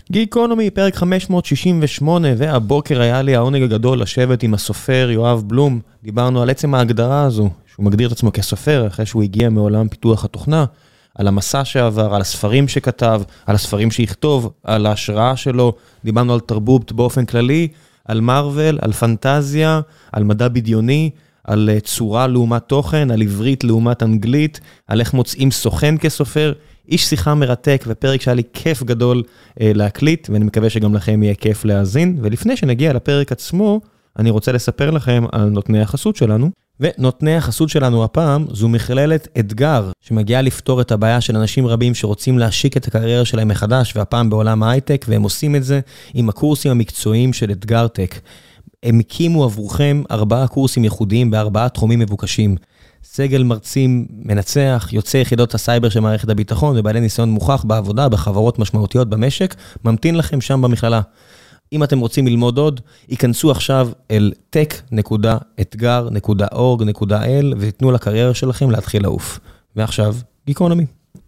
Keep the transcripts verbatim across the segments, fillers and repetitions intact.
גיקונומי, פרק חמש מאות שישים ושמונה, והבוקר היה לי העונג הגדול לשבת עם הסופר יואב בלום. דיברנו על עצם ההגדרה הזו, שהוא מגדיר את עצמו כסופר, אחרי שהוא הגיע מעולם פיתוח התוכנה, על המסע שעבר, על הספרים שכתב, על הספרים שיכתוב, על ההשראה שלו. דיברנו על תרבות באופן כללי, על מרוול, על פנטזיה, על מדע בדיוני, על צורה לעומת תוכן, על עברית לעומת אנגלית, על איך מוצאים סוכן כסופר. איש שיחה מרתק ופרק שהיה לי כיף גדול אה, להקליט, ואני מקווה שגם לכם יהיה כיף להאזין. ולפני שנגיע לפרק עצמו, אני רוצה לספר לכם על נותני החסות שלנו. ונותני החסות שלנו הפעם זו מכללת אתגר, שמגיעה לפתור את הבעיה של אנשים רבים שרוצים להשיק את הקריירה שלהם מחדש, והפעם בעולם ההייטק, והם עושים את זה עם הקורסים המקצועיים של אתגר טק. הם הקימו עבורכם ארבעה קורסים ייחודיים בארבעה תחומים מבוקשים. סגל מרצים מנצח, יוצא יחידות הסייבר של מערכת הביטחון ובעלי ניסיון מוכח בעבודה בחברות משמעותיות במשק, ממתין לכם שם במכללה. אם אתם רוצים ללמוד עוד, ייכנסו עכשיו אל טק נקודה אתגר נקודה אורג נקודה איי אל ותיתנו לקריירה שלכם להתחיל לעוף. ועכשיו, גיקונומי.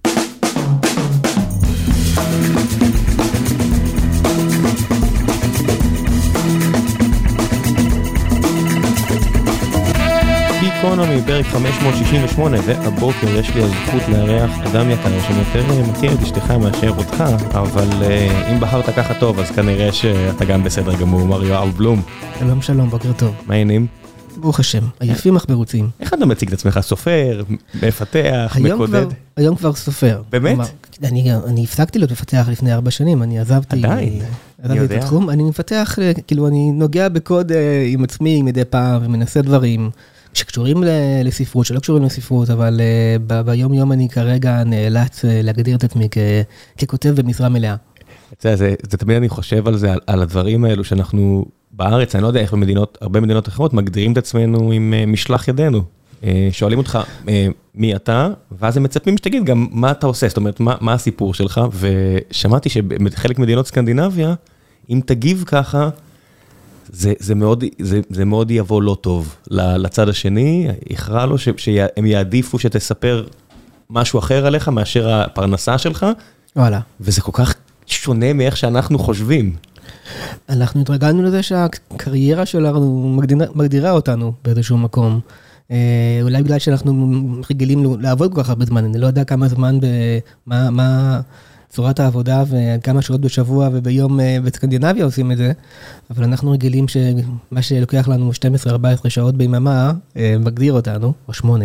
גיקונומי, פרק חמש מאות שישים ושמונה, והבוקר יש לי הזכות לארח אדם יקר שאני יותר מכיר את אשתך מאשר אותך, אבל uh, אם בחרת ככה טוב, אז כנראה שאתה גם בסדר גמור, מר יואב בלום. שלום שלום, בוקר טוב. מה העניינים? ברוך השם, עייפים אך מרוצים. איך אתה מציג את עצמך? סופר, מפתח, מקודד? היום כבר סופר. באמת? אני, אני הפסקתי להיות מפתח לפני ארבע שנים, אני עזבתי, עדיין, עזבתי את התחום, אני מפתח, כאילו אני נוגע בקוד עם עצמי מדי פעם ומנסה דברים, שקשורים לספרות, שלא קשורים לספרות, אבל ביום יום אני כרגע נאלץ להגדיר את עצמי ככותב במשרה מלאה. זה, זה, זה תמיד אני חושב על זה, על, על הדברים האלו שאנחנו בארץ, אני לא יודע איך במדינות, הרבה מדינות אחרות, מגדירים את עצמנו עם משלח ידינו. שואלים אותך מי אתה, ואז הם מצפים שתגיד גם מה אתה עושה, זאת אומרת, מה, מה הסיפור שלך, ושמעתי שבחלק מדינות סקנדינביה, אם תגיב ככה, זה, זה מאוד, זה, זה מאוד יבוא לא טוב לצד השני, יכרע לו ש, שהם יעדיפו שתספר משהו אחר עליך מאשר הפרנסה שלך, וואלה. וזה כל כך שונה מאיך שאנחנו חושבים. אנחנו התרגלנו לזה שהקריירה שלנו מגדירה, מגדירה אותנו באיזשהו מקום. אולי בגלל שאנחנו רגילים לעבוד כל כך הרבה זמן, אני לא יודע כמה זמן, מה, מה צורת העבודה וכמה שעות בשבוע וביום בסקנדינביה עושים את זה, אבל אנחנו רגילים שמה שלוקח לנו שתים עשרה ארבע עשרה שעות ביממה, מגדיר אותנו, או שמונה.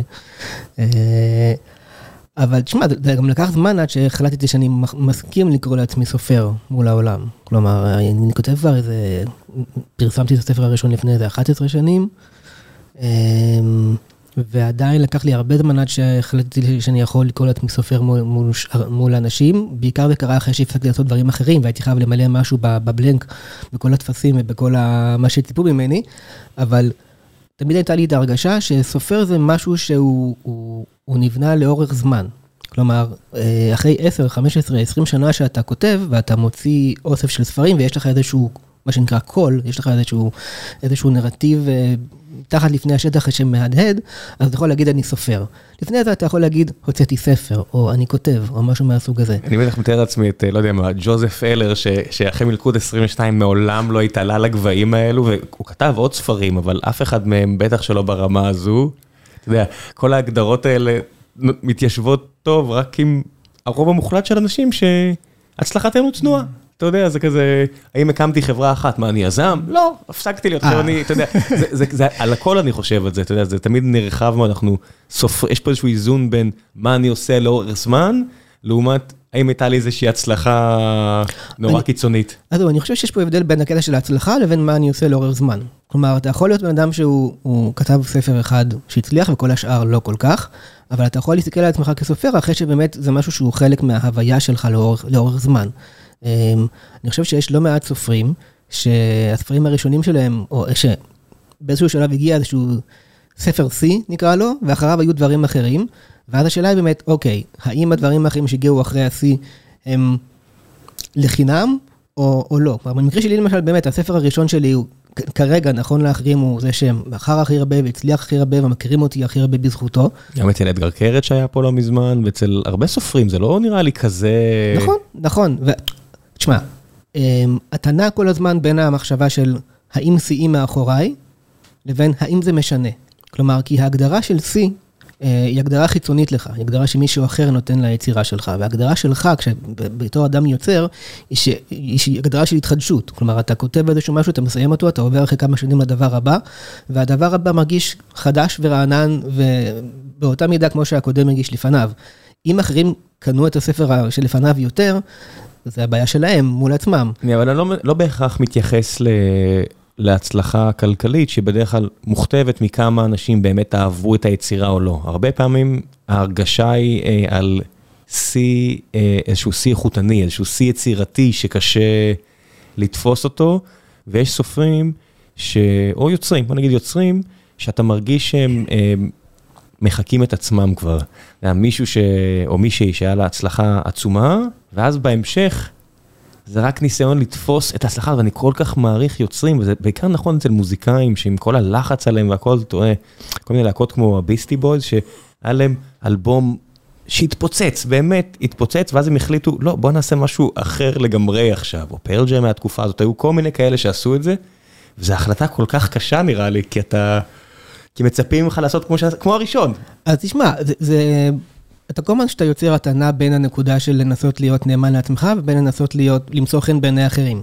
אבל תשמע, זה גם לקח זמן עד שהחלטתי שאני מסכים לקרוא לעצמי סופר מול העולם. כלומר, אני כותב כבר איזה, פרסמתי את הספר הראשון לפני איזה אחת עשרה שנים, ועדיין לקח לי הרבה זמן עד שהחלטתי שאני יכול לקרוא לעצמי סופר מול, מול, מול אנשים, בעיקר זה קרה אחרי שהפסקתי לעשות דברים אחרים, והייתי חייב למלא משהו בבלנק, בכל התפסים ובכל מה שציפו ממני, אבל תמיד הייתה לי את ההרגשה שסופר זה משהו שהוא הוא, הוא נבנה לאורך זמן. כלומר, אחרי עשר, חמש עשרה, עשרים שנה שאתה כותב, ואתה מוציא אוסף של ספרים, ויש לך איזשהו, מה שנקרא קול, יש לך איזשהו, איזשהו נרטיב תחת לפני השטח שמהדהד, אז אתה יכול להגיד אני סופר. לפני זה אתה יכול להגיד הוצאתי ספר, או אני כותב, או משהו מהסוג הזה. אני בטח מתאר לעצמי את, לא יודע מה, ג'וזף אלר, שאחרי מלכוד עשרים ושתיים מעולם לא התעלה לגבהים האלו, והוא כתב עוד ספרים, אבל אף אחד מהם בטח שלא ברמה הזו. אתה יודע, כל ההגדרות האלה מתיישבות טוב, רק עם הרוב המוחלט של אנשים שהצלחתנו צנועה. אתה יודע, זה כזה, האם הקמתי חברה אחת, מה, אני יזם? לא, הפסקתי להיות חבר'ני, אתה יודע, זה, על הכל אני חושב את זה, אתה יודע, זה תמיד נרחב מה אנחנו סופרים, יש פה איזשהו איזון בין מה אני עושה לאורך זמן, לעומת, האם הייתה לי איזושהי הצלחה נורא קיצונית? אז אני חושב שיש פה הבדל בין הקטע של ההצלחה, לבין מה אני עושה לאורך זמן. כלומר, אתה יכול להיות בן אדם שהוא כתב ספר אחד שהצליח, וכל השאר לא כל כך, אבל אתה יכול להסתכל על עצמך כסופר, אחרי שבאמת זה משהו שהוא חלק מההוויה שלך לאורך זמן. אני חושב שיש לא מעט סופרים, שהספרים הראשונים שלהם, או שבאיזשהו שלב הגיע איזשהו ספר C, נקרא לו, ואחריו היו דברים אחרים, ואז השאלה היא באמת, אוקיי, האם הדברים האחרים שהגיעו אחרי ה-C הם לחינם, או, או לא? במקרה שלי למשל, באמת, הספר הראשון שלי הוא, כרגע, נכון לאחרים, הוא זה שמחר הכי הרבה, והצליח הכי הרבה, ומכירים אותי הכי הרבה בזכותו. גם אצל אתגר קרת שהיה פה לא מזמן, ואצל הרבה סופרים, זה לא נראה לי כזה... נכון, נכון, ו... תשמע, אתה נע כל הזמן בין המחשבה של האם C מאחוריי, לבין האם זה משנה. כלומר, כי ההגדרה של C היא הגדרה חיצונית לך, היא הגדרה שמישהו אחר נותן ליצירה שלך, וההגדרה שלך, כשבתור אדם יוצר, היא, ש... היא הגדרה של התחדשות. כלומר, אתה כותב איזשהו משהו, אתה מסיים אותו, אתה עובר אחרי כמה שנים לדבר הבא, והדבר הבא מרגיש חדש ורענן, ובאותה מידה כמו שהקודם מרגיש לפניו. אם אחרים קנו את הספר שלפניו יותר, זה הבעיה שלהם מול עצמם. אבל אני לא, לא בהכרח מתייחס ל... להצלחה כלכלית, שבדרך כלל מוכתבת מכמה אנשים באמת אהבו את היצירה או לא. הרבה פעמים ההרגשה היא אה, על C, אה, איזשהו C איכותני, איזשהו C יצירתי שקשה לתפוס אותו, ויש סופרים, ש... או יוצרים, בוא נגיד יוצרים, שאתה מרגיש שהם אה, מחקים את עצמם כבר. מישהו ש... או מישהי שהיה לה הצלחה עצומה, ואז בהמשך, זה רק ניסיון לתפוס את ההצלחה, ואני כל כך מעריך יוצרים, וזה בעיקר נכון אצל מוזיקאים, שעם כל הלחץ עליהם והכל, תראה, כל מיני להקות כמו הביסטי בויז, שהיה להם אלבום שהתפוצץ, באמת התפוצץ, ואז הם החליטו, לא, בוא נעשה משהו אחר לגמרי עכשיו, או פרל ג'ם מהתקופה הזאת, היו כל מיני כאלה שעשו את זה, וזו החלטה כל כך קשה נראה לי, כי אתה, כי מצפים לך לעשות כמו, ש... כמו הראשון. אז תשמע, זה... זה... אתה כל הזמן שאתה יוצר התנה בין הנקודה של לנסות להיות נאמן לעצמך, ובין לנסות להיות, למצוא חן בעיני אחרים.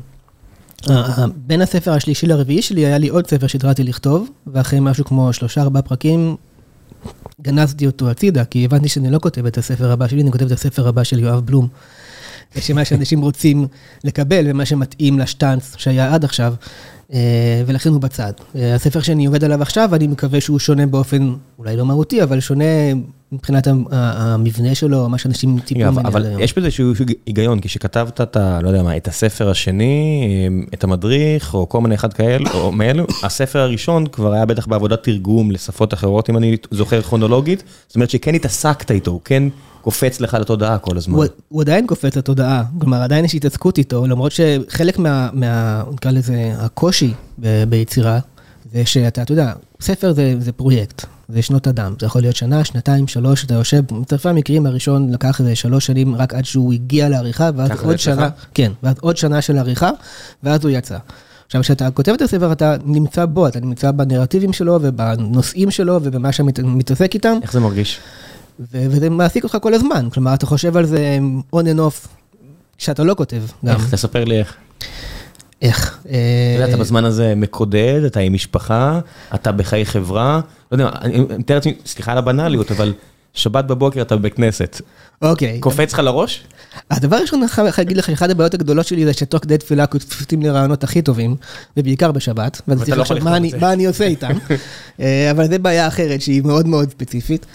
בין הספר השלישי לרביעי שלי, היה לי עוד ספר שהתחלתי לכתוב, ואחרי משהו כמו שלושה, ארבעה פרקים, גנזתי אותו הצידה, כי הבנתי שאני לא כותב את הספר הבא שלי, אני כותב את הספר הבא של יואב בלום. שמה שאנשים רוצים לקבל, ומה שמתאים לשטנץ שהיה עד עכשיו, ולכן הוא בצד. הספר שאני עובד עליו עכשיו, אני מקווה שהוא שונה באופן, אולי לא מהותי, אבל שונה מבחינת המבנה שלו, מה שאנשים טיפו ממני. אבל יש בזה שהוא היגיון, כי שכתבת את, לא יודע מה, את הספר השני, את המדריך, או כל מיני אחד כאלה, או מאלו, הספר הראשון כבר היה בטח בעבודת תרגום לשפות אחרות, אם אני זוכר כרונולוגית, זאת אומרת שכן התעסקת איתו, הוא כן קופץ לך לתודעה כל הזמן. הוא, הוא עדיין קופץ לתודעה, כלומר עדיין יש התעסקות איתו, למרות שחלק מה, מה נקרא לזה, הקושי ב, ביצירה, זה שאתה, אתה יודע, ספר זה, זה פרויקט, זה שנות אדם, זה יכול להיות שנה, שנתיים, שלוש, אתה יושב, מצרפי המקרים הראשון לקח איזה שלוש שנים, רק עד שהוא הגיע לעריכה, ואז עוד שנה, כן, ואז עוד שנה של עריכה, ואז הוא יצא. עכשיו, כשאתה כותב את הספר, אתה נמצא בו, אתה נמצא בנרטיבים שלו, ובנושאים שלו, ובמה שמתעסק איתם. איך זה מרגיש? וזה מעסיק אותך כל הזמן, כלומר, אתה חושב על זה on and off, שאתה לא כותב גם. איך? תספר לי איך. איך? אתה יודע, אתה בזמן הזה מקודד, אתה עם משפחה, אתה בחיי חברה, לא יודע, אני מתאר לעצמי, סליחה על הבנאליות, אבל שבת בבוקר אתה בבית כנסת. אוקיי. קופץ לך לראש? הדבר הראשון, אני חייב להגיד לך, שאחד הבעיות הגדולות שלי זה שתוך כדי תפילה קופצים לי רעיונות הכי טובים, ובעיקר בשבת, ואני צריך לחשוב מה אני עושה איתם. אבל זה בעיה אחרת שהיא מאוד מאוד ספציפית.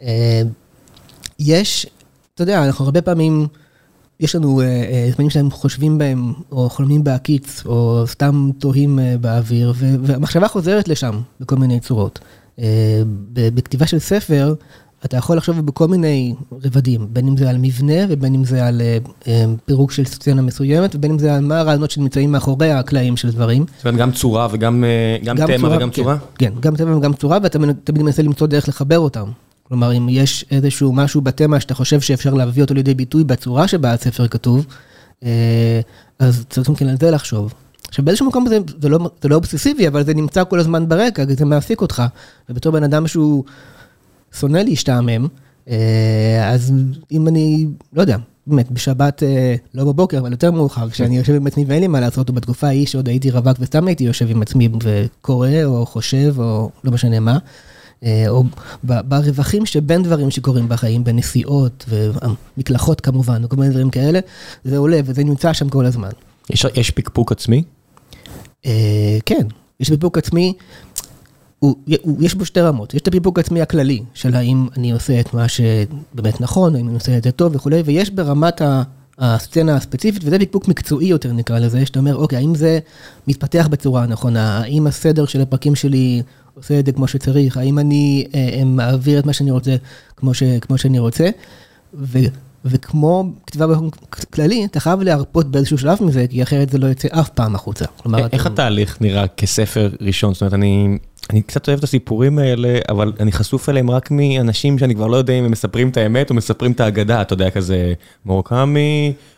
יש, אתה יודע, אנחנו הרבה פעמים, יש לנו זמנים שאנחנו חושבים בהם, או חולמים בהקיץ, או סתם תוהים באוויר, והמחשבה חוזרת לשם בכל מיני צורות. בכתיבה של ספר, אתה יכול לחשוב בכל מיני רבדים, בין אם זה על מבנה, ובין אם זה על פירוק של סצנה מסוימת, ובין אם זה על מה הרעיונות שנמצאים מאחורי הקלעים של דברים. זאת אומרת, גם צורה וגם תמה וגם צורה? כן, גם תמה וגם צורה, ואתה תמיד מנסה למצוא דרך לחבר אותם. כלומר, אם יש איזשהו משהו בתמה שאתה חושב שאפשר להביא אותו לידי ביטוי בצורה שבה הספר כתוב, אז צריכים כן על זה לחשוב. עכשיו, באיזשהו מקום זה, זה לא, זה לא אובססיבי, אבל זה נמצא כל הזמן ברקע, זה מעסיק אותך. ובתור בן אדם שהוא שונא להשתעמם, אז אם אני, לא יודע, באמת, בשבת, לא בבוקר, אבל יותר מאוחר, כשאני יושב עם עצמי ואין לי מה לעשות, ובתקופה ההיא שעוד הייתי רווק וסתם הייתי יושב עם עצמי וקורא, או חושב, או לא משנה מה, או ברווחים שבין דברים שקורים בחיים, בנסיעות ומקלחות כמובן, או כל מיני דברים כאלה, זה עולה וזה נמצא שם כל הזמן. יש, יש פיקפוק עצמי? כן, יש פיקפוק עצמי, הוא, הוא, יש בו שתי רמות, יש את הפיקפוק עצמי הכללי, של האם אני עושה את מה שבאמת נכון, האם אני עושה את זה טוב וכו', ויש ברמת הסצנה הספציפית, וזה פיקפוק מקצועי יותר נקרא לזה, שאתה אומר, אוקיי, האם זה מתפתח בצורה הנכונה, האם הסדר של הפרקים שלי עושה את זה כמו שצריך, האם אני אה, מעביר את מה שאני רוצה כמו, ש, כמו שאני רוצה, ו, וכמו כתיבה באופן כללי, אתה חייב להרפות באיזשהו שלב מזה, כי אחרת זה לא יוצא אף פעם החוצה. כלומר, איך אתה... התהליך נראה כספר ראשון? זאת אומרת, אני, אני קצת אוהב את הסיפורים האלה, אבל אני חשוף אליהם רק מאנשים שאני כבר לא יודע אם הם מספרים את האמת או מספרים את האגדה, אתה יודע, כזה מורקמי,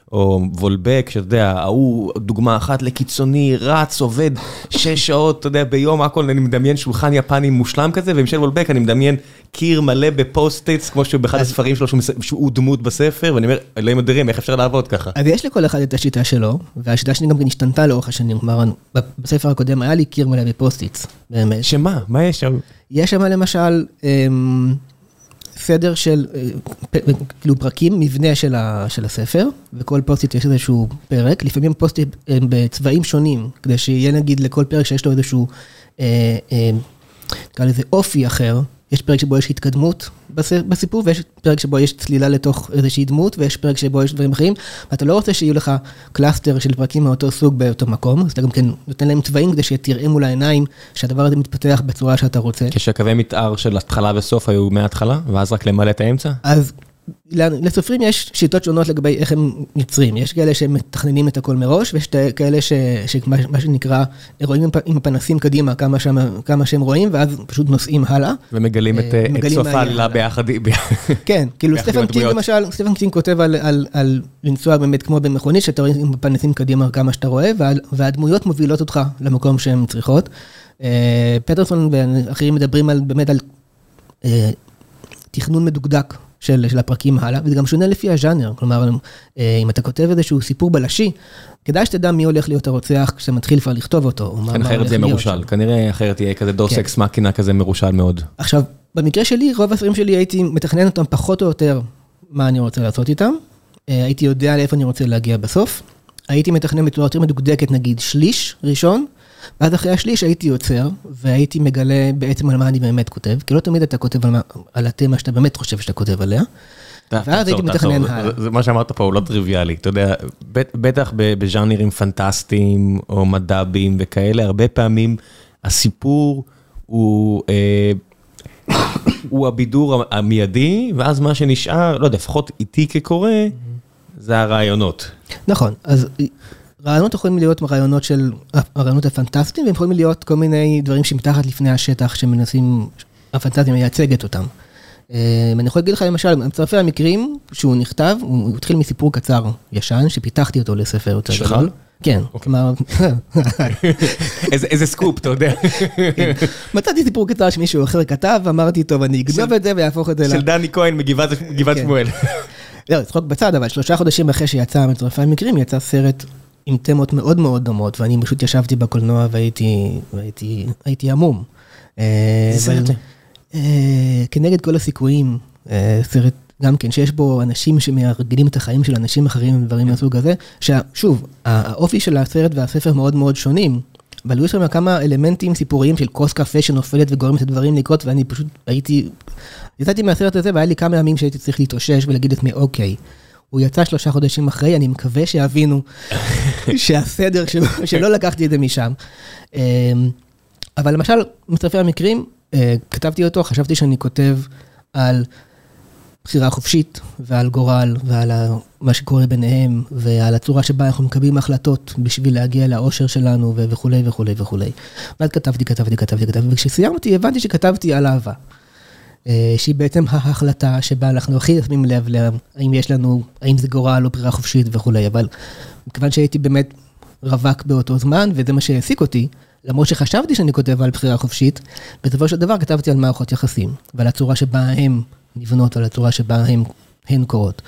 או וולבק, שאתה יודע, הוא דוגמה אחת לקיצוני, רץ, עובד שש שעות, אתה יודע, ביום, הכל, אני מדמיין שולחן יפני מושלם כזה, ומשל וולבק, אני מדמיין קיר מלא בפוסט-איטס, כמו שבאחד הספרים שלו, שהוא דמות בספר, ואני אומר, אלוהים אדירים, איך אפשר לעבוד ככה? אז יש לכל אחד את השיטה שלו, והשיטה שלי גם השתנתה לאורך השנים, כלומר, בספר הקודם היה לי קיר מלא בפוסט-איטס, באמת. שמה? מה יש שם? יש שם למשל סדר של, כאילו פרקים, מבנה של הספר, וכל פוסט-איט יש איזשהו פרק, לפעמים פוסט-איט הם בצבעים שונים, כדי שיהיה נגיד לכל פרק שיש לו איזשהו, נקרא לזה אופי אחר, יש פרק שבו יש התקדמות בסיפור, ויש פרק שבו יש צלילה לתוך איזושהי דמות, ויש פרק שבו יש דברים אחרים, ואתה לא רוצה שיהיו לך קלאסטר של פרקים מאותו סוג באותו מקום, אז אתה גם כן נותן להם צבעים כדי שתראה מול העיניים שהדבר הזה מתפתח בצורה שאתה רוצה. כשהקווי מתאר של התחלה וסוף היו מההתחלה, ואז רק למלא את האמצע? אז לסופרים יש שיטות שונות לגבי איך הם יוצרים. יש כאלה שהם מתכננים את הכל מראש, ויש כאלה שמה שנקרא, רואים עם הפנסים קדימה כמה שהם רואים, ואז פשוט נוסעים הלאה. ומגלים את סוף העלילה ביחד. כן, כאילו סטפן קינג למשל, סטפן קינג כותב על לנסוע באמת כמו במכונית, שאתה רואה עם הפנסים קדימה כמה שאתה רואה, והדמויות מובילות אותך למקום שהן צריכות. פטרסון ואחרים מדברים באמת על תכנון מדוקדק. של, של הפרקים הלאה, וזה גם שונה לפי הז'אנר, כלומר, אם אתה כותב איזשהו סיפור בלשי, כדאי שתדע מי הולך להיות הרוצח, כשאתה מתחיל כבר לכתוב אותו. כן, אחרת זה מרושל, כנראה אחרת יהיה כזה דוס אקס מאקינה כזה מרושל מאוד. עכשיו, במקרה שלי, רוב הספרים שלי הייתי מתכנן אותם פחות או יותר, מה אני רוצה לעשות איתם, הייתי יודע לאיפה אני רוצה להגיע בסוף, הייתי מתכנן בצורה יותר מדוקדקת, נגיד שליש ראשון, ואז אחרי השליש הייתי יוצר, והייתי מגלה בעצם על מה אני באמת כותב, כי לא תמיד אתה כותב על, על התמה שאתה באמת חושב שאתה כותב עליה, ואז הייתי מתכנן הלאה. זה מה שאמרת פה הוא לא טריוויאלי, אתה יודע, בטח בז'אנרים פנטסטיים, או מדאבים וכאלה, הרבה פעמים הסיפור הוא, הוא הבידור המיידי, ואז מה שנשאר, לא יודע, לפחות איתי כקורא, זה הרעיונות. נכון, אז רעיונות יכולים להיות רעיונות של, הרעיונות הפנטסטיים, והם יכולים להיות כל מיני דברים שמתחת לפני השטח, שמנסים, הפנטסטיים מייצגת אותם. אני יכול להגיד לך למשל, מצרפי המקרים שהוא נכתב, הוא התחיל מסיפור קצר ישן, שפיתחתי אותו לספר יותר גדול. כן, כלומר... איזה סקופ, אתה יודע. מצאתי סיפור קצר שמישהו אחר כתב, ואמרתי, טוב, אני אגנוב את זה ויהפוך את זה... של דני כהן מגבעת שמואל. לא, צחוק בצד, אבל שלושה חודשים אחרי שיצא מצרפי המקרים, יצא סרט עם תמות מאוד מאוד דומות, ואני פשוט ישבתי בקולנוע והייתי עמום. איזה סרט? כנגד כל הסיכויים, סרט גם כן, שיש בו אנשים שמארגנים את החיים של אנשים אחרים ודברים מהסוג הזה, ששוב, האופי של הסרט והספר מאוד מאוד שונים, אבל היו שם כמה אלמנטים סיפוריים של כוס קפה שנופלת וגורמת את הדברים לקרות, ואני פשוט הייתי, יצאתי מהסרט הזה והיה לי כמה ימים שהייתי צריך להתאושש ולהגיד את מי, אוקיי, הוא יצא שלושה חודשים אחרי, אני מקווה שיבינו שהסדר שלא לקחתי את זה משם. אבל למשל, מצרפי המקרים, כתבתי אותו, חשבתי שאני כותב על בחירה חופשית, ועל גורל, ועל מה שקורה ביניהם, ועל הצורה שבה אנחנו מקבלים החלטות בשביל להגיע לאושר שלנו, וכו' וכו' וכו'. ואז כתבתי, כתבתי, כתבתי, כתבתי, וכשסיימתי, הבנתי שכתבתי על אהבה. שהיא בעצם ההחלטה שבה אנחנו הכי שמים לב, האם יש לנו, האם זה גורל או בחירה חופשית וכו'. אבל מכיוון שהייתי באמת רווק באותו זמן, וזה מה שהעסיק אותי, למרות שחשבתי שאני כותב על בחירה חופשית, בסופו של דבר כתבתי על מערכות יחסים, ועל הצורה שבה הם נבנות, ועל הצורה שבה הם, הן קורות.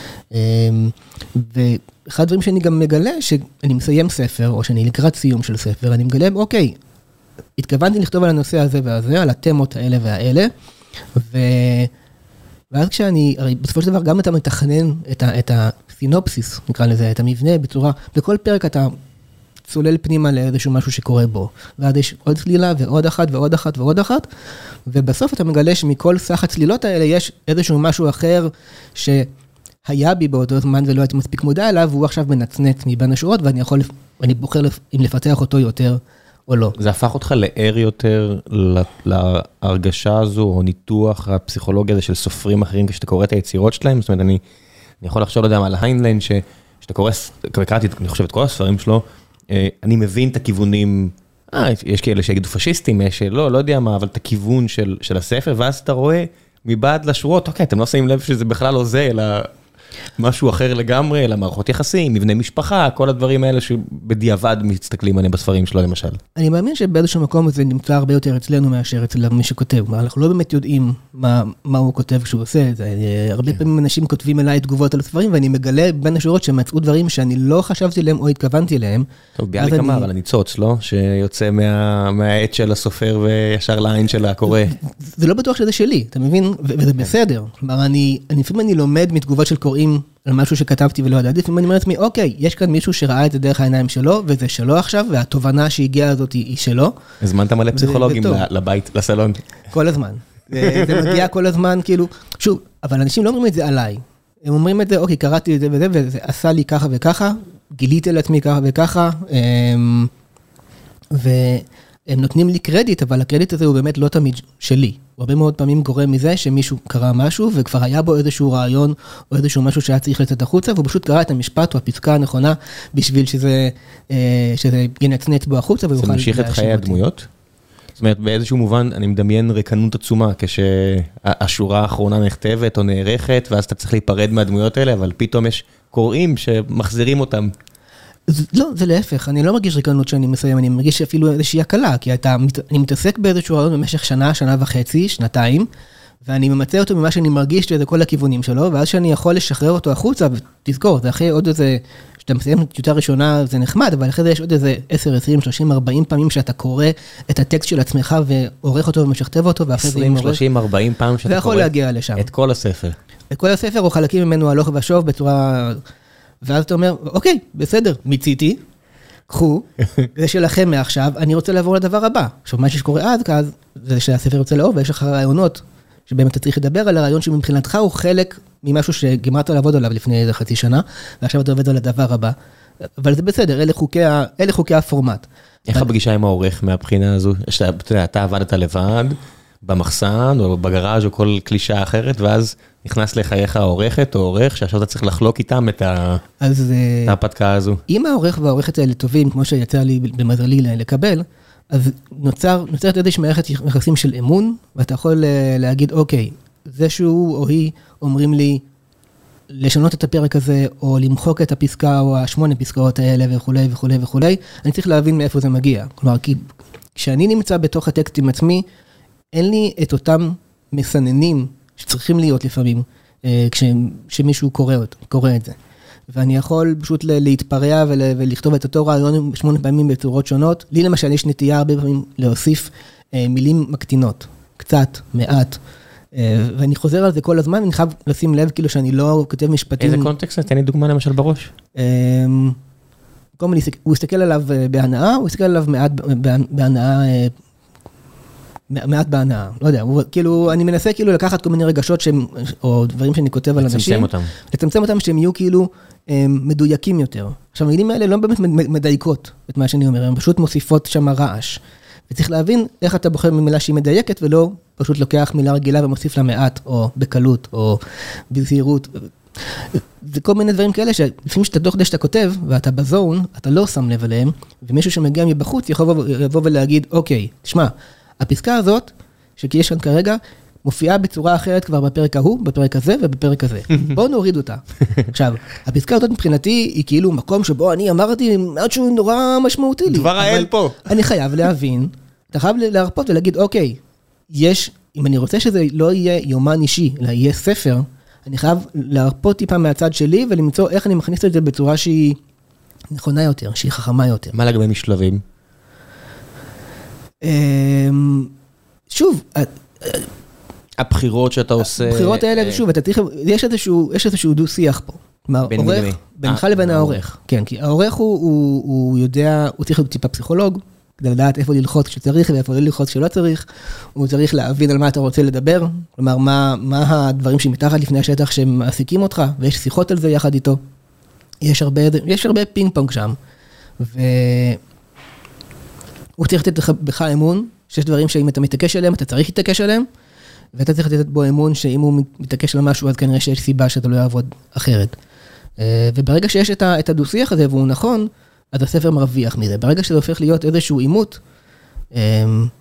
ואחד הדברים שאני גם מגלה, שאני מסיים ספר, או שאני לקראת סיום של ספר, אני מגלה, אוקיי, התכוונתי לכתוב על הנושא הזה והזה, על התמות האלה והאלה, ו... ואז כשאני, הרי בסופו של דבר גם אתה מתכנן את, ה, את הסינופסיס, נקרא לזה, את המבנה בצורה, בכל פרק אתה צולל פנימה לאיזשהו משהו שקורה בו, ואז יש עוד צלילה ועוד אחת ועוד אחת ועוד אחת, ובסוף אתה מגלה שמכל סך הצלילות האלה יש איזשהו משהו אחר שהיה בי באותו זמן ולא הייתי מספיק מודע אליו, והוא עכשיו מנצנץ מבין השורות, ואני יכול, אני בוחר אם לפתח אותו יותר או לא. זה הפך אותך לער יותר להרגשה הזו, או ניתוח הפסיכולוגיה הזה של סופרים אחרים, כשאתה קורא את היצירות שלהם, זאת אומרת, אני, אני יכול לחשוב על היינליין, שאתה קורא, קראתי, אני חושב את כל הספרים שלו, אני מבין את הכיוונים, אה, יש כאלה שיגידו פשיסטים, יש לא, לא יודע מה, אבל את הכיוון של, של הספר, ואז אתה רואה מבעד לשורות, אוקיי, אתם לא שמים לב שזה בכלל לא זה, אלא משהו אחר לגמרי, למערכות יחסים, מבנה משפחה, כל הדברים האלה שבדיעבד מסתכלים עליהם בספרים שלו למשל. אני מאמין שבאיזשהו מקום זה נמצא הרבה יותר אצלנו מאשר אצל מי שכותב. אנחנו לא באמת יודעים מה, מה הוא כותב כשהוא עושה את זה. הרבה פעמים אנשים כותבים אליי תגובות על ספרים, ואני מגלה בין השורות שמצאו דברים שאני לא חשבתי להם או התכוונתי להם. טוב, ביאליק אמר על הניצוץ, לא? שיוצא מה, מהעט של הסופר וישר לעין של הקורא. זה לא בטוח שזה שלי, אתה מבין? וזה בסדר. כלומר, אני, אני לפעמים אני לומד מתגובות של קוראים על משהו שכתבתי ולא ידעתי, לפעמים אני אומר לעצמי, אוקיי, יש כאן מישהו שראה את זה דרך העיניים שלו, וזה שלו עכשיו, והתובנה שהגיעה הזאת היא שלו. הזמנת מלא פסיכולוגים לבית, לסלון. כל הזמן. זה מגיע כל הזמן, כאילו, שוב, אבל אנשים לא אומרים את זה עליי. הם אומרים את זה, אוקיי, קראתי את זה וזה, וזה עשה לי ככה וככה, גיליתי לעצמי ככה וככה, והם נותנים לי קרדיט, אבל הקרדיט הזה הוא באמת לא תמיד שלי. הוא הרבה מאוד פעמים גורם מזה שמישהו קרא משהו, וכבר היה בו איזשהו רעיון, או איזשהו משהו שהיה צריך לצאת החוצה, והוא פשוט קרא את המשפט או הפסקה הנכונה, בשביל שזה, שזה ינצנץ בו החוצה, זה ממשיך את חיי הדמויות? זאת אומרת, באיזשהו מובן, אני מדמיין ריקנות עצומה, כשהשורה האחרונה נכתבת או נערכת, ואז אתה צריך להיפרד מהדמויות האלה, אבל פתאום יש קוראים שמחזירים אותם. לא, זה להפך, אני לא מרגיש ריקנות שאני מסיים, אני מרגיש אפילו איזושהי הקלה, כי אתה, אני מתעסק באיזשהו רעיון במשך שנה, שנה וחצי, שנתיים, ואני ממצא אותו ממה שאני מרגיש שזה כל הכיוונים שלו, ואז שאני יכול לשחרר אותו החוצה, ותזכור, זה אחרי עוד איזה, שאתה מסיים את טיוטה ראשונה, זה נחמד, אבל אחרי זה יש עוד איזה עשר, עשרים, שלושים, ארבעים פעמים שאתה קורא את הטקסט של עצמך, ועורך אותו ומשכתב אותו, ואחרי זה עשרים, שלושים, ארבעים פעם שאתה קורא את כל הספר. את כל הספר, או חלקים ממנו הלוך ושוב בצורה... ואז אתה אומר, אוקיי, בסדר, מיציתי, קחו, זה שלכם מעכשיו, אני רוצה לעבור לדבר הבא. עכשיו, מה שקורה עד כאז, זה שהספר יוצא לאור, ויש לך רעיונות, שבאמת אתה צריך לדבר על הרעיון שמבחינתך הוא חלק ממשהו שגמרת לעבוד עליו לפני איזה חצי שנה, ועכשיו אתה עובד על הדבר הבא. אבל זה בסדר, אלה חוקי, אלה חוקי הפורמט. איך הפגישה עם העורך מהבחינה הזו? שאתה, אתה עבדת לבד, במחסן, או בגראז' או כל קלישה אחרת, ואז נכנס לחייך העורכת או עורך, שעכשיו אתה צריך לחלוק איתם את ההפתקה הזו. אם העורך והעורכת האלה טובים, כמו שיצא לי במזלי לקבל, אז נוצר, נוצרת איזושהי מערכת יחסים של אמון, ואתה יכול להגיד, אוקיי, זה שהוא או היא אומרים לי, לשנות את הפרק הזה, או למחוק את הפסקה, או השמונה פסקאות האלה, וכו' וכו' וכו', אני צריך להבין מאיפה זה מגיע. כלומר, כי כשאני נמצא בתוך הטקסט עם עצמי, אין לי את אותם מסננים שצריכים להיות לפעמים, כשמישהו קורא, קורא את זה. ואני יכול פשוט להתפרע ולכתוב את אותו רעיון שמונה פעמים בצורות שונות. לי למשל יש נטייה הרבה פעמים להוסיף מילים מקטינות, קצת, מעט, ואני חוזר על זה כל הזמן, אני חייב לשים לב כאילו שאני לא כותב משפטים. איזה קונטקסט? תן לי דוגמה למשל בראש. הוא הסתכל עליו בהנאה, הוא הסתכל עליו מעט בהנאה, מעט בהנאה, לא יודע, כאילו, אני מנסה כאילו לקחת כל מיני רגשות שהם, או דברים שאני כותב על אנשים. לצמצם אותם. לצמצם אותם שהם יהיו כאילו מדויקים יותר. עכשיו, המילים האלה לא באמת מדייקות את מה שאני אומר, הן פשוט מוסיפות שם רעש. וצריך להבין איך אתה בוחר ממילה שהיא מדייקת, ולא פשוט לוקח מילה רגילה ומוסיף לה מעט, או בקלות, או בזהירות. זה כל מיני דברים כאלה שלפעמים שאתה תוך כדי שאתה כותב, ואתה בזון, אתה לא שם לב אליהם, ומישהו שמגיע מבחוץ יכול לבוא ולהגיד, אוקיי, תשמע, הפסקה הזאת, שיש כאן כרגע, מופיעה בצורה אחרת כבר בפרק ההוא, בפרק הזה ובפרק הזה. בואו נוריד אותה. עכשיו, הפסקה הזאת מבחינתי היא כאילו מקום שבו אני אמרתי משהו נורא משמעותי לי. דבר האל פה. אני חייב להבין, אתה חייב להרפות ולהגיד, אוקיי, יש, אם אני רוצה שזה לא יהיה יומן אישי, אלא יהיה ספר, אני חייב להרפות טיפה מהצד שלי ולמצוא איך אני מכניס את זה בצורה שהיא נכונה יותר, שהיא חכמה יותר. מה לגבי משלבים? שוב, הבחירות שאתה עושה... הבחירות האלה, שוב, יש איזשהו דו שיח פה. בין מי למי? בינך לבין העורך. כן, כי העורך הוא יודע, הוא צריך להיות טיפה פסיכולוג, כדי לדעת איפה ללחוץ כשצריך ואיפה לא ללחוץ כשלא צריך, הוא צריך להבין על מה אתה רוצה לדבר, כלומר, מה הדברים שמתחת לפני השטח שמעסיקים אותך, ויש שיחות על זה יחד איתו. יש הרבה פינג פונג שם, ו... הוא צריך לתת בך אמון, שיש דברים שאם אתה מתעקש עליהם, אתה צריך להתעקש עליהם, ואתה צריך לתת בו אמון שאם הוא מתעקש על משהו, אז כנראה שיש סיבה שאתה לא יעבוד אחרת. וברגע שיש את הדו-שיח הזה, והוא נכון, אז הספר מרוויח מזה. ברגע שזה הופך להיות איזשהו עימות,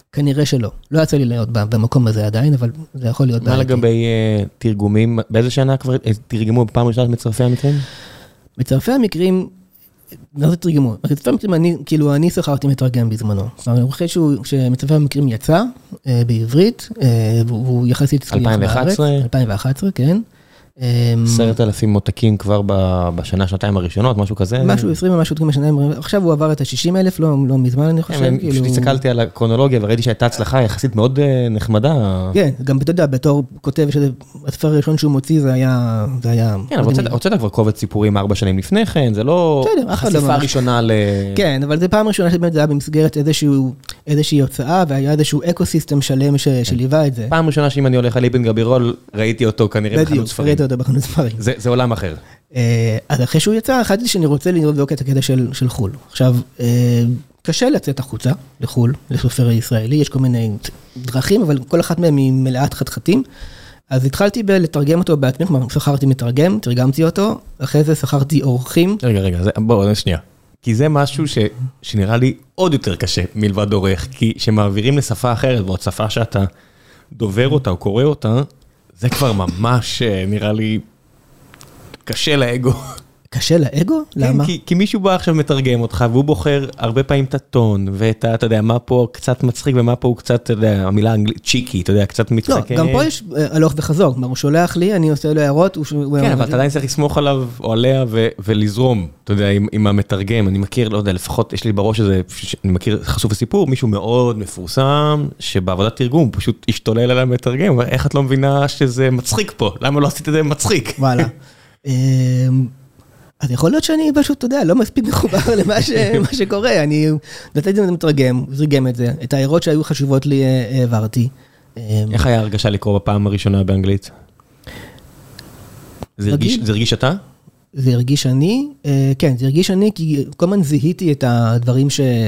כנראה שלא. לא יצא לי להיות במקום הזה עדיין, אבל זה יכול להיות בעייתי. מה לגבי תרגומים? באיזה שנה כבר תרגמו בפעם ראשונה מצרפי המקרים? מצרפי המקרים, לא זה תרגמו. מצרפי המקרים, אני, כאילו, אני שכרתי מתרגם בזמנו. זאת אומרת, אחרי שמצרפי המקרים יצא בעברית, והוא יחסית הצליח בארץ. אלפיים ואחת עשרה? אלפיים ואחת עשרה, כן. עשרת אלפים מותקים כבר בשנה, שנתיים הראשונות, משהו כזה? משהו עשרים ומשהו עשרים בשנתיים, עכשיו הוא עבר את ה-שישים אלף, לא מזמן אני חושב. פשוט הסתכלתי על הקרונולוגיה וראיתי שהייתה הצלחה יחסית מאוד נחמדה. כן, גם אתה יודע, בתור כותב, הספר הראשון שהוא מוציא זה היה... כן, אבל הוצאת כבר קובץ סיפורים ארבע שנים לפני כן, זה לא חשיפה ראשונה ל... כן, אבל זה פעם ראשונה שבאמת זה היה במסגרת איזושהי הוצאה, והיה איזשהו אקוסיסטם שלם שליווה את זה. פעם ראשונה שאם אני הולך על אבן גבירול, ראיתי אותו כנראה בחנות ספרים. בחנות ספרים. זה, זה עולם אחר. אז אחרי שהוא יצא, החלטתי שאני רוצה לראות את הקטע של, של חול. עכשיו, קשה לצאת החוצה לחול, לסופר ישראלי, יש כל מיני דרכים, אבל כל אחת מהם היא מלאת חתחתים. אז התחלתי לתרגם אותו בעצמי, כלומר, שכרתי מתרגם, תרגמתי אותו, אחרי זה שכרתי אורחים. רגע, רגע, זה, בוא, שנייה. כי זה משהו ש, שנראה לי עוד יותר קשה מלבד עורך, כי שמעבירים לשפה אחרת, ועוד שפה שאתה דובר אותה או קורא אותה, זה כבר ממש נראה לי קשה לאגו. קשה לאגו? למה? כי, כי מישהו בא עכשיו מתרגם אותך, והוא בוחר הרבה פעמים את הטון, ואת, אתה יודע, מה פה קצת מצחיק, ומה פה הוא קצת, אתה יודע, המילה האנגלית, צ'יקי, אתה יודע, קצת מתחכה. לא, גם פה יש הלוך וחזור, כלומר, הוא שולח לי, אני עושה לו הערות, כן, אבל אתה עדיין צריך לסמוך עליו או עליה ולזרום, אתה יודע, עם, עם המתרגם. אני מכיר, לא יודע, לפחות יש לי בראש הזה, אני מכיר חשוף הסיפור, מישהו מאוד מפורסם, שבעבודת תרגום פשוט השתולל על המתרגם, אבל איך את לא מבינה שזה מצחיק פה? למה לא עשית את זה מצחיק? וואלה. אז יכול להיות שאני פשוט, אתה יודע, לא מספיק מחובר למה שקורה. אני נתתי את זה מתרגם, זרגם את זה. את העירות שהיו חשובות לי העברתי. איך היה הרגשה לקרוא בפעם הראשונה באנגלית? זה הרגיש אתה? זה הרגיש אני, כן, זה הרגיש אני, כי כל הזמן זיהיתי את הדברים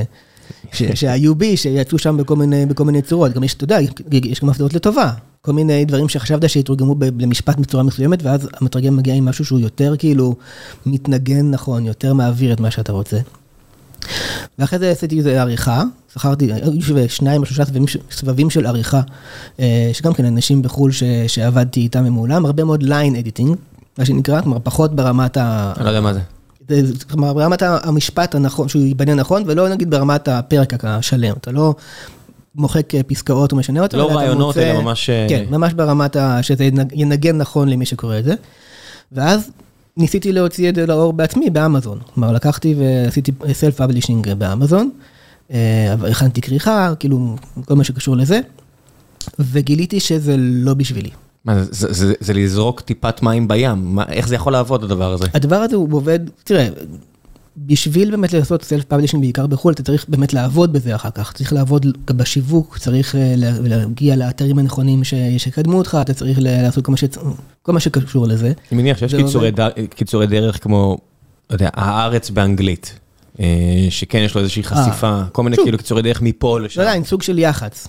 שהיו בי, שיצאו שם בכל מיני צורות. גם יש, אתה יודע, יש גם הפתעות לטובה. כל מיני דברים שחשבת שיתורגמו למשפט בצורה מסוימת, ואז המתרגם מגיע עם משהו שהוא יותר כאילו מתנגן נכון, יותר מעביר את מה שאתה רוצה. ואחרי זה עשיתי איזו עריכה, שכרתי, היו שניים או שלושה סבבים של עריכה, שגם כן אנשים בחול שעבדתי איתם ממעולם, הרבה מאוד ליין אדיטינג, מה שנקרא, כלומר פחות ברמת ה... אני לא יודע מה זה. כלומר ברמת המשפט הנכון, שהוא ייבנה נכון, ולא נגיד ברמת הפרק השלם, אתה לא... מוחק פסקאות ומשנה אותה. לא רעיונות, אלא ממש... כן, ממש ברמת שזה ינגן נכון למי שקורא את זה. ואז ניסיתי להוציא את זה לאור בעצמי באמזון. כלומר, לקחתי ועשיתי self-publishing באמזון, הכנתי כריכה, כאילו, כל מה שקשור לזה, וגיליתי שזה לא בשבילי. מה, זה, זה, זה לזרוק טיפת מים בים? מה, איך זה יכול לעבוד, הדבר הזה? הדבר הזה הוא עובד, תראה, בשביל באמת לעשות self-publishing בעיקר בחו"ל, אתה צריך באמת לעבוד בזה אחר כך, צריך לעבוד בשיווק, צריך להגיע לאתרים הנכונים שקדמו אותך, אתה צריך לעשות כל מה, ש... כל מה שקשור לזה. אני מניח שיש קיצורי, ד... קיצורי דרך כמו, לא יודע, הארץ באנגלית, שכן יש לו איזושהי חשיפה, כל מיני כאילו קיצורי דרך מפה לשם. לא יודע, עם סוג של יח"צ.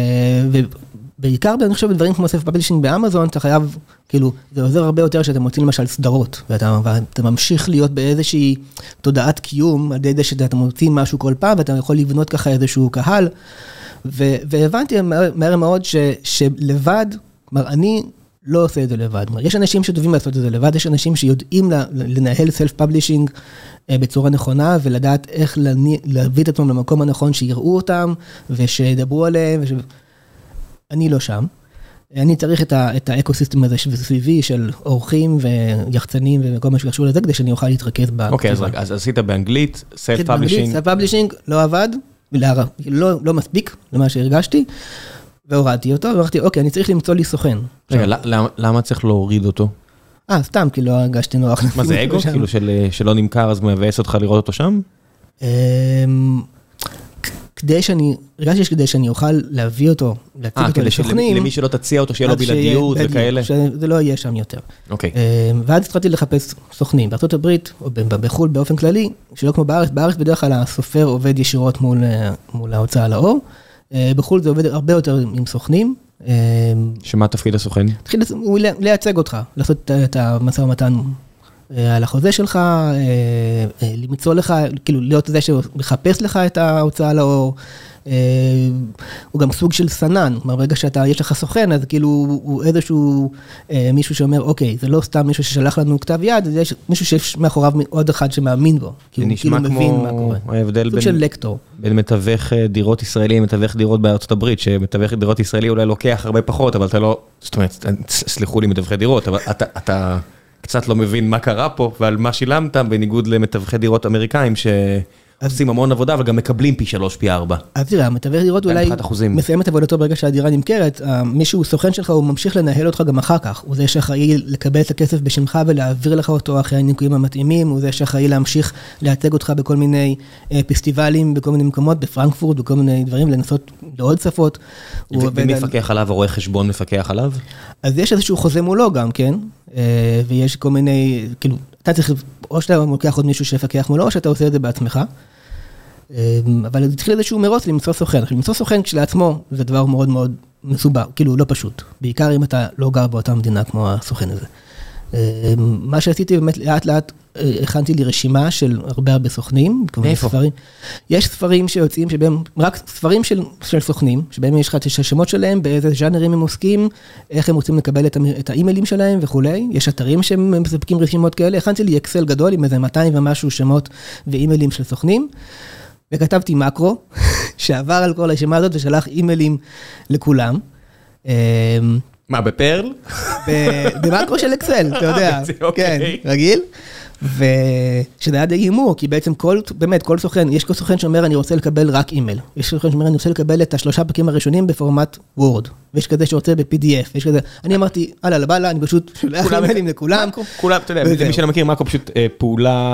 ובעיקר, אני חושב, בדברים כמו self-publishing באמזון, אתה חייב, כאילו, זה עוזר הרבה יותר שאתה מוציא למשל סדרות, ואתה, ואתה ממשיך להיות באיזושהי תודעת קיום, על ידי שאתה מוציא משהו כל פעם, ואתה יכול לבנות ככה איזשהו קהל, ו, והבנתי מהר, מהר מאוד ש, שלבד, כלומר, אני לא עושה את זה לבד. כלומר, יש אנשים שטובים לעשות את זה לבד, יש אנשים שיודעים לנהל self-publishing בצורה נכונה, ולדעת איך להביא את עצמם למקום הנכון, שיראו אותם, ושידברו עליהם, וש... אני לא שם. אני צריך את, ה, את האקוסיסטם הזה סביבי של אורחים ויחצנים וכל מה שקשור לזה, כדי שאני אוכל להתרכז בה. אוקיי, אז, אז עשית באנגלית, self-publishing. self-publishing לא עבד, לא, לא מספיק למה שהרגשתי, והורדתי אותו, ואמרתי, אוקיי, אני צריך למצוא לי סוכן. רגע, למה, למה צריך להוריד אותו? אה, סתם, כי לא הרגשתי נוח. מה זה אגו? כאילו של, שלא נמכר, אז מבאס אותך לראות אותו שם? כדי שאני, הרגשתי שכדי שאני אוכל להביא אותו, להציג אותו לסוכנים. למי שלא תציע אותו, שיהיה לו בלעדיות וכאלה. שזה לא יהיה שם יותר. אוקיי. ואז התחלתי לחפש סוכנים. בארצות הברית, או בחו"ל באופן כללי, שלא כמו בארץ, בארץ בדרך כלל הסופר עובד ישירות מול ההוצאה לאור. בחו"ל זה עובד הרבה יותר עם סוכנים. שמה תפקיד הסוכן? תחיל לייצג אותך, לעשות את המשא ומתן על החוזה שלך, למצוא לך, כאילו להיות זה שמחפש לך את ההוצאה לאור, הוא גם סוג של סנן, ברגע שאתה, יש לך סוכן, אז כאילו הוא איזשהו מישהו שאומר, אוקיי, זה לא סתם מישהו ששלח לנו כתב יד, זה יש מישהו שיש מאחוריו עוד אחד שמאמין בו, זה נשמע כמו ההבדל בין מתווך דירות ישראלי, מתווך דירות בארצות הברית, שמתווך דירות ישראלי אולי לוקח הרבה פחות, אבל אתה לא, זאת אומרת, סליחו לי מתווכי דירות, אבל אתה קצת לא מבין מה קרה פה, ועל מה שילמת, בניגוד למתווכי דירות אמריקאים, שעושים המון עבודה, אבל גם מקבלים פי שלוש, פי ארבע. אז תראה, המתווך דירות אולי מסיים את עבודתו ברגע שהדירה נמכרת, מישהו סוכן שלך, הוא ממשיך לנהל אותך גם אחר כך, הוא זה שאחראי לקבל את הכסף בשמך, ולהעביר לך אותו אחרי הניכויים המתאימים, הוא זה שאחראי להמשיך להציג אותך בכל מיני פסטיבלים, בכל מיני מקומות, בפרנקפורט, בכל מיני דברים, לנסות לעוד שפות. ומי מפקח עליו, רואה חשבון מפקח עליו? אז יש איזשהו חוזה מולו גם, כן, ויש כל מיני, כאילו, אתה צריך, או שאתה לוקח עוד מישהו שיפקח מולו, או שאתה עושה את זה בעצמך. אבל התחיל איזשהו מרוץ למצוא סוכן. למצוא סוכן כשלעצמו זה דבר מאוד מאוד מסובך, כאילו לא פשוט. בעיקר אם אתה לא גר באותה מדינה כמו הסוכן הזה. מה שעשיתי באמת לאט לאט, הכנתי לי רשימה של הרבה הרבה סוכנים. איפה? יש ספרים שיוצאים שבהם, רק ספרים של, של סוכנים, שבהם יש לך את השמות שלהם, באיזה ז'אנרים הם עוסקים, איך הם רוצים לקבל את, את האימיילים שלהם וכולי. יש אתרים שהם מספקים רשימות כאלה. הכנתי לי אקסל גדול עם איזה מאתיים ומשהו שמות ואימיילים של סוכנים. וכתבתי מקרו, שעבר על כל הרשימה הזאת ושלח אימיילים לכולם. מה, בפרל? במקרו של אקסל, אתה יודע. כן, רגיל. ושזה היה די הימור, כי בעצם כל, באמת, כל סוכן, יש כל סוכן שאומר, אני רוצה לקבל רק אימייל. יש סוכן שאומר, אני רוצה לקבל את השלושה פרקים הראשונים בפורמט וורד. ויש כזה שרוצה ב-פי די אף. יש כזה, אני אמרתי, הלאה, לבאללה, אני פשוט שולח אימיילים לכולם. כולם, אתה יודע, מי שלא מכיר, מקרו פשוט פעולה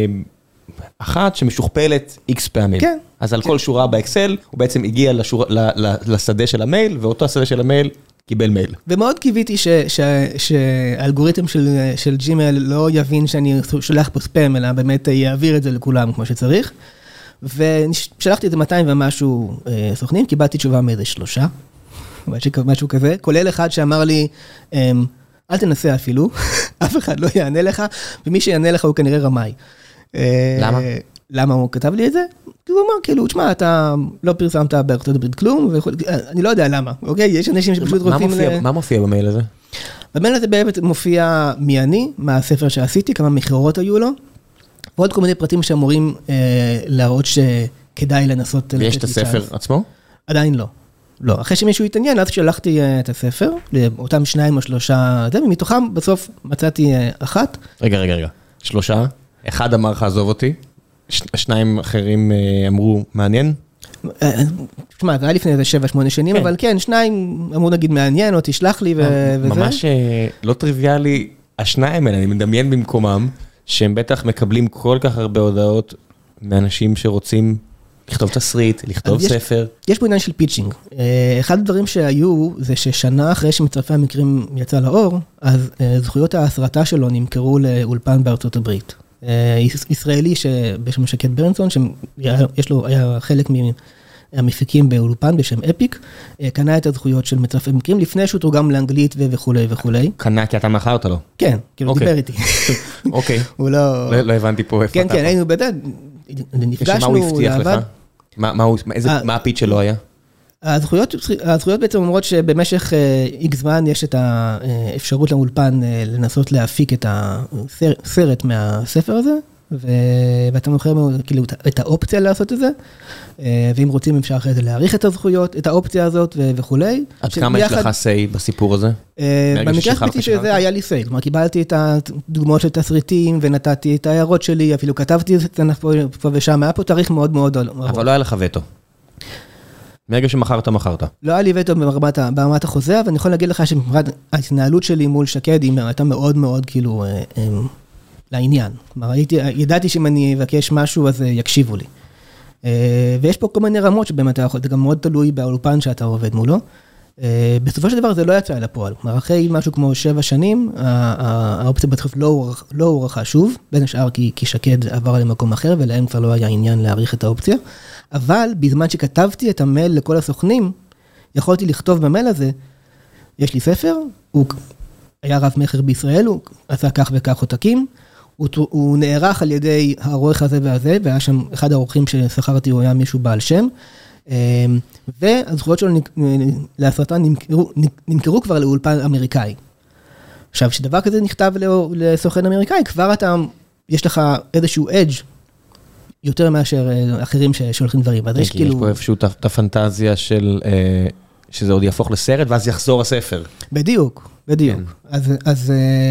אחת שמשוכפלת איקס פעמים. כן. אז על כל שורה באקסל, הוא בעצם הגיע לשדה של המייל, ואותו השדה של המייל קיבל מייל. ומאוד קיוויתי שהאלגוריתם של ג'ימייל לא יבין שאני שולח פה ספאם, אלא באמת יעביר את זה לכולם כמו שצריך. ושלחתי את זה מאתיים ומשהו סוכנים, קיבלתי תשובה מאיזה שלושה, משהו כזה, כולל אחד שאמר לי, אל תנסה אפילו, אף אחד לא יענה לך, ומי שיענה לך הוא כנראה רמאי. למה? למה הוא כתב לי את זה? כי הוא אמר, כאילו, תשמע, אתה לא פרסמת בארצות הברית כלום, אני לא יודע למה, אוקיי? יש אנשים שפשוט רוצים... מה מופיע במייל הזה? במייל הזה באמת מופיע מי אני, מהספר שעשיתי, כמה מכירות היו לו, ועוד כל מיני פרטים שאמורים להראות שכדאי לנסות... ויש את הספר עצמו? עדיין לא. לא, אחרי שמישהו התעניין, אז שלחתי את הספר, לאותם שניים או שלושה, ומתוכם בסוף מצאתי אחת. רגע, רגע, רגע. שלושה? אחד אמר לך, עזוב אותי, שניים אחרים אמרו, מעניין? תשמע, זה היה לפני איזה שבע, שמונה שנים, אבל כן, שניים אמרו נגיד מעניין, או תשלח לי וזה. ממש לא טריוויאלי, השניים האלה, אני מדמיין במקומם, שהם בטח מקבלים כל כך הרבה הודעות מאנשים שרוצים לכתוב תסריט, לכתוב ספר. יש פה עניין של פיצ'ינג. אחד הדברים שהיו, זה ששנה אחרי שמצרפי המקרים יצא לאור, אז זכויות ההסרטה שלו נמכרו לאולפן בארצות הברית. ישראלי שבשם שקט ברנסון, שיש לו, היה חלק מהמפיקים באולפן בשם אפיק, קנה את הזכויות של מצרפי מקרים, לפני שהוא תורגם לאנגלית וכו' וכו'. קנה כי אתה מכרת לו. כן, כאילו דיבר איתי. אוקיי. הוא לא... לא הבנתי פה איפה אתה. כן, כן, היינו בטח, נפגשנו. שמה הוא הבטיח לך? מה הפיץ שלו היה? הזכויות, הזכויות בעצם אומרות שבמשך איקס זמן יש את האפשרות לאולפן לנסות להפיק את הסרט מהספר הזה, ואתה מוכר כאילו את האופציה לעשות את זה, ואם רוצים אפשר אחרי זה להעריך את הזכויות, את האופציה הזאת וכולי. עד כמה יש לך say בסיפור הזה? במקרה הספציפי שזה היה לי say, כלומר קיבלתי את הדוגמאות של תסריטים, ונתתי את ההערות שלי, אפילו כתבתי את זה פה ושם, היה פה תאריך מאוד מאוד ארוך. אבל לא היה לך וטו. מרגע שמחרת, מחרת. לא היה לי וטו ברמת החוזה, אבל אני יכול להגיד לך שההתנהלות שלי מול שקד הייתה מאוד מאוד כאילו לעניין. כלומר, ידעתי שאם אני אבקש משהו, אז יקשיבו לי. ויש פה כל מיני רמות שבאמת זה גם מאוד תלוי באולפן שאתה עובד מולו. בסופו של דבר זה לא יצא אל הפועל. כלומר, אחרי משהו כמו שבע שנים, האופציה בסוף לא הורחה שוב, בין השאר כי שקד עבר למקום אחר, ולהם כבר לא היה עניין להעריך את האופציה. אבל בזמן שכתבתי את המייל לכל הסוכנים, יכולתי לכתוב במייל הזה, יש לי ספר, הוא היה רב מחר בישראל, הוא עשה כך וכך עותקים, הוא, הוא נערך על ידי העורך הזה והזה, והיה שם אחד העורכים ששכרתי, הוא היה מישהו בעל שם, והזכויות שלו להסרטן נמכרו, נמכרו כבר לאולפן אמריקאי. עכשיו, כשדבר כזה נכתב לסוכן אמריקאי, כבר אתה, יש לך איזשהו אדג' יותר מאשר אחרים ששולחים דברים. אז יש כאילו... יש פה איפשהו את הפנטזיה של... שזה עוד יהפוך לסרט, ואז יחזור הספר. בדיוק, בדיוק. אז, אז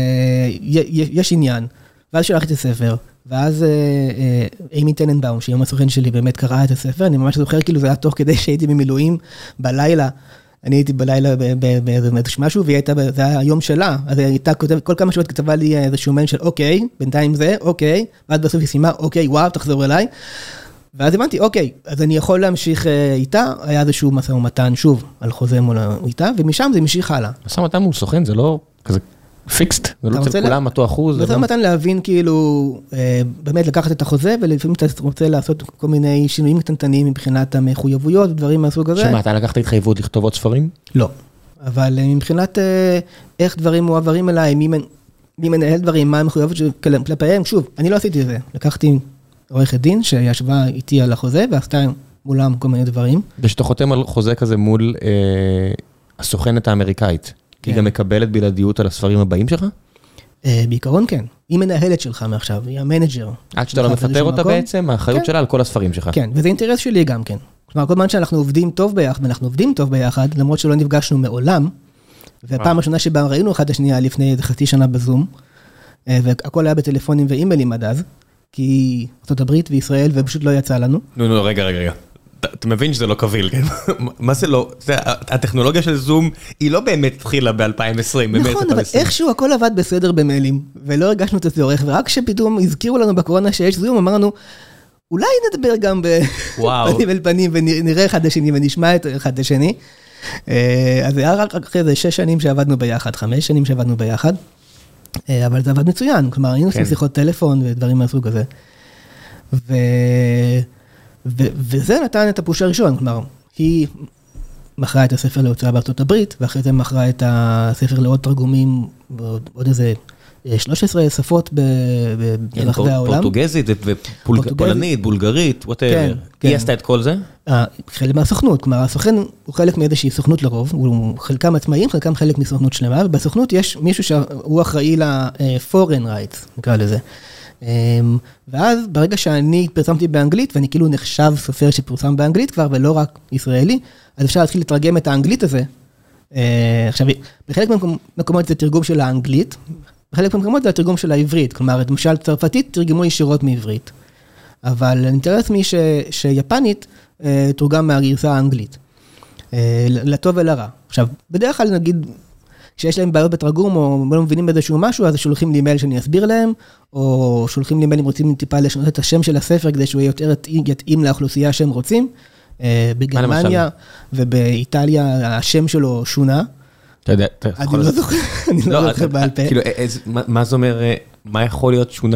יש עניין, ואז שלחתי את הספר, ואז אימי טננבאום, שיום הסוכן שלי באמת קראה את הספר, אני ממש זוכר כאילו זה היה תוך כדי שהייתי במילואים בלילה, אני הייתי בלילה באיזה משהו, והיא הייתה, זה היה היום שלה, אז היא הייתה כותבת, כל כמה שעות כתבה לי איזשהו מייל של אוקיי, בינתיים זה, אוקיי, ואז בסוף היא סיימה, אוקיי, וואו, תחזור אליי, ואז הבנתי, אוקיי, אז אני יכול להמשיך איתה, היה איזשהו משא ומתן שוב על חוזה מול איתה, ומשם זה המשיך הלאה. משא ומתן מול סוכן, זה לא כזה פיקסט, זה לא אצל כולם אותו אחוז. משא ומתן להבין כאילו, באמת לקחת את החוזה, ולפעמים אתה רוצה לעשות כל מיני שינויים קטנטנים מבחינת המחויבויות, דברים מהסוג הזה. שמה, אתה לקחת התחייבות לכתוב עוד ספרים? לא, אבל מבחינת איך דברים מועברים אליי, מי מנהל דברים, מה המחויבות כלפיהם, שוב, אני לא עשיתי את זה, לקחתי עורכת דין שישבה איתי על החוזה, ועשתה מולם כל מיני דברים. ושאתה חותם על חוזה כזה מול אה, הסוכנת האמריקאית, כן. היא גם מקבלת בלעדיות על הספרים הבאים שלך? אה, בעיקרון כן. היא מנהלת שלך מעכשיו, היא המנג'ר. עד שאתה לא מפטר אותה מקום. בעצם, האחריות כן. שלה על כל הספרים שלך. כן, וזה אינטרס שלי גם כן. כלומר, כל זמן שאנחנו עובדים טוב ביחד, ואנחנו עובדים טוב ביחד, למרות שלא נפגשנו מעולם, והפעם השנה שבה ראינו אחד השנייה לפני חצי שנה בזום, והכל היה בטלפונים ואימיילים עד אז, כי ארצות הברית וישראל, ופשוט לא יצא לנו. נו, נו, רגע, רגע, רגע. אתה מבין שזה לא קביל, כן? מה זה לא? הטכנולוגיה של זום, היא לא באמת התחילה ב-אלפיים ועשרים. נכון, אבל איכשהו הכל עבד בסדר במיילים, ולא הרגשנו את הצורך, ורק כשפתאום הזכירו לנו בקורונה שיש זום, אמרנו, אולי נדבר גם בפנים אל פנים, ונראה אחד השני, ונשמע את אחד השני. אז זה היה רק אחרי איזה שש שנים שעבדנו ביחד, חמש שנים שעבדנו ביחד. אבל זה עבד מצוין, כלומר, היינו עושים שיחות טלפון ודברים מהסוג הזה. וזה נתן את הפוש הראשון, כלומר, היא מכרה את הספר להוצאה בארצות הברית, ואחרי זה מכרה את הספר לעוד תרגומים, עוד איזה שלוש עשרה שפות ברחבי העולם. פורטוגזית ופולנית, בולגרית, whatever. היא עשתה את כל זה? חלק מהסוכנות, כלומר, הסוכן הוא חלק מאיזושהי סוכנות לרוב, הוא חלקם עצמאיים, חלקם חלק מסוכנות שלמה, ובסוכנות יש מישהו שהוא אחראי ל-foreign rights, נקרא לזה. ואז ברגע שאני פרסמתי באנגלית, ואני כאילו נחשב סופר שפורסם באנגלית כבר, ולא רק ישראלי, אז אפשר להתחיל לתרגם את האנגלית הזה. עכשיו, בחלק מהמקומות זה תרגום של האנגלית, בחלק מהמקומות זה התרגום של העברית, כלומר, למשל צרפתית תרגמו ישירות מעברית. אבל האינטרס מי ש, שיפנית תורגם מהגרסה האנגלית, לטוב ולרע. עכשיו, בדרך כלל נגיד, כשיש להם בעיות בתרגום, או לא מבינים באיזשהו משהו, אז שולחים לי מייל שאני אסביר להם, או שולחים לי מייל אם רוצים טיפה לשנות את השם של הספר, כדי שהוא יותר יתאים לאוכלוסייה שהם רוצים. בגרמניה ובאיטליה השם שלו שונה. אתה יודע, אני לא זוכר, אני לא זוכר בעל פה. כאילו, מה זה אומר, מה יכול להיות שונה?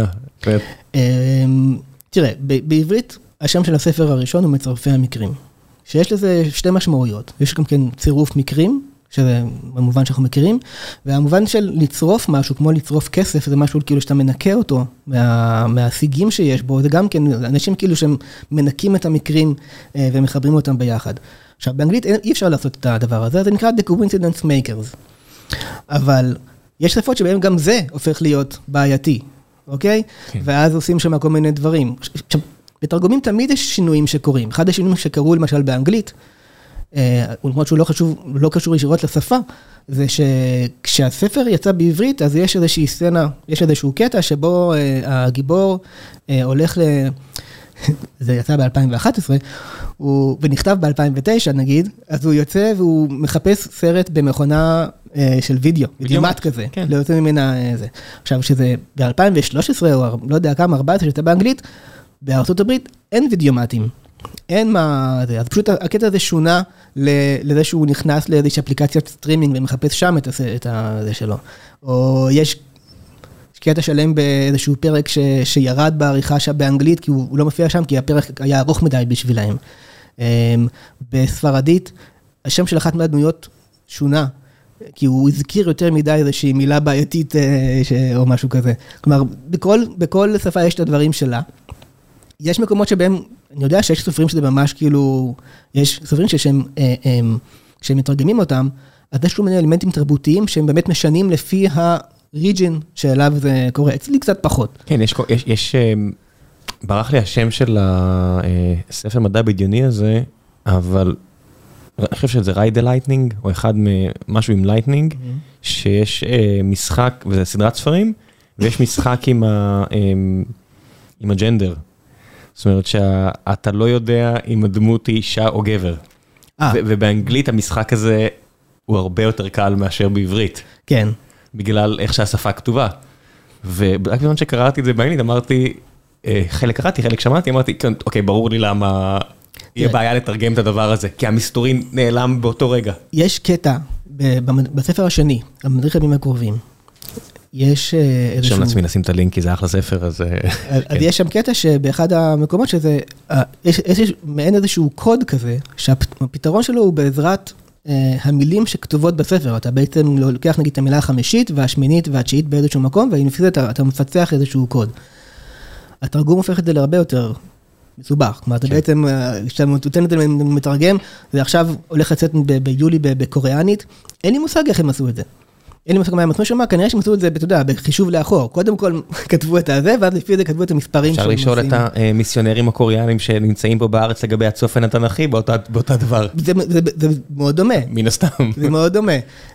תראה, בעברית, השם של הספר הראשון הוא מצרפי המקרים, שיש לזה שתי משמעויות. יש גם כן צירוף מקרים, שזה במובן שאנחנו מכירים, והמובן של לצרוף משהו, כמו לצרוף כסף, זה משהו כאילו שאתה מנקה אותו מהשיגים שיש בו, זה גם כן, אנשים כאילו שהם מנקים את המקרים ומחברים אותם ביחד. עכשיו, באנגלית אי אפשר לעשות את הדבר הזה, זה נקרא The Coincidence Makers. אבל יש שפות שבהם גם זה הופך להיות בעייתי, אוקיי? כן. ואז עושים שם כל מיני דברים. עכשיו, בתרגומים תמיד יש שינויים שקורים. אחד השינויים שקרו למשל באנגלית, ולמרות שהוא לא חשוב, לא קשור ישירות לשפה, זה שכשהספר יצא בעברית, אז יש איזושהי סצנה, יש איזשהו קטע שבו הגיבור הולך ל... זה יצא ב-אלפיים ואחת עשרה, ונכתב ב-אלפיים ותשע נגיד, אז הוא יוצא והוא מחפש סרט במכונה של וידאו, וידאומט כזה, לא יוצא ממנה זה. עכשיו, שזה ב-אלפיים ושלוש עשרה, או לא יודע כמה, ארבע עשרה, שיצא באנגלית, בארצות הברית אין וידאומטים. אין מה, זה, אז פשוט הקטע הזה שונה לזה שהוא נכנס לאיזושהי אפליקציית סטרימינג ומחפש שם את זה שלו. או יש קטע שלם באיזשהו פרק ש, שירד בעריכה שם באנגלית, כי הוא, הוא לא מופיע שם, כי הפרק היה ארוך מדי בשבילהם. בספרדית, השם של אחת מהדמויות שונה, כי הוא הזכיר יותר מדי איזושהי מילה בעייתית או משהו כזה. כלומר, בכל, בכל שפה יש את הדברים שלה. יש מקומות שבהם אני יודע שיש סופרים שזה ממש כאילו, יש סופרים שהם, כשהם מתרגמים אותם, אז יש כל מיני אלמנטים תרבותיים שהם באמת משנים לפי הריג'ן שאליו זה קורה. אצלי קצת פחות. כן, יש, יש, יש ברח לי השם של הספר מדע בדיוני הזה, אבל אני חושב שזה רייד לייטנינג, או אחד משהו עם לייטנינג, שיש משחק, וזה סדרת ספרים, ויש משחק עם, ה, עם הג'נדר. זאת אומרת שאתה לא יודע אם הדמות היא אישה או גבר. ובאנגלית המשחק הזה הוא הרבה יותר קל מאשר בעברית. כן. בגלל איך שהשפה כתובה. ורק בזמן שקראתי את זה באנגלית, אמרתי, חלק קראתי, חלק שמעתי, אמרתי, אוקיי, ברור לי למה יהיה בעיה לתרגם את הדבר הזה, כי המסתורין נעלם באותו רגע. יש קטע בספר השני, המדריך הימים הקרובים, יש איזשהו... שם לעצמי נשים את הלינק, כי זה אחלה ספר, אז... אז יש שם קטע שבאחד המקומות שזה, יש מעין איזשהו קוד כזה, שהפתרון שלו הוא בעזרת המילים שכתובות בספר. אתה בעצם לוקח נגיד את המילה החמישית והשמינית והתשיעית באיזשהו מקום, ולפי זה אתה מפצח איזשהו קוד. התרגום הופך את זה להרבה יותר מסובך. כלומר, אתה בעצם, כשאתה נותן את זה למתרגם, זה עכשיו הולך לצאת ביולי בקוריאנית, אין לי מושג איך הם עשו את זה. אין לי מושג מה הם עשו שם, כנראה שהם עשו את זה, אתה יודע, בחישוב לאחור. קודם כל כתבו את הזה, ואז לפי זה כתבו את המספרים. אפשר לשאול את המיסיונרים הקוריאנים שנמצאים פה בארץ לגבי הצופן התנ"כי באותה דבר. זה מאוד דומה. מן הסתם. זה מאוד דומה.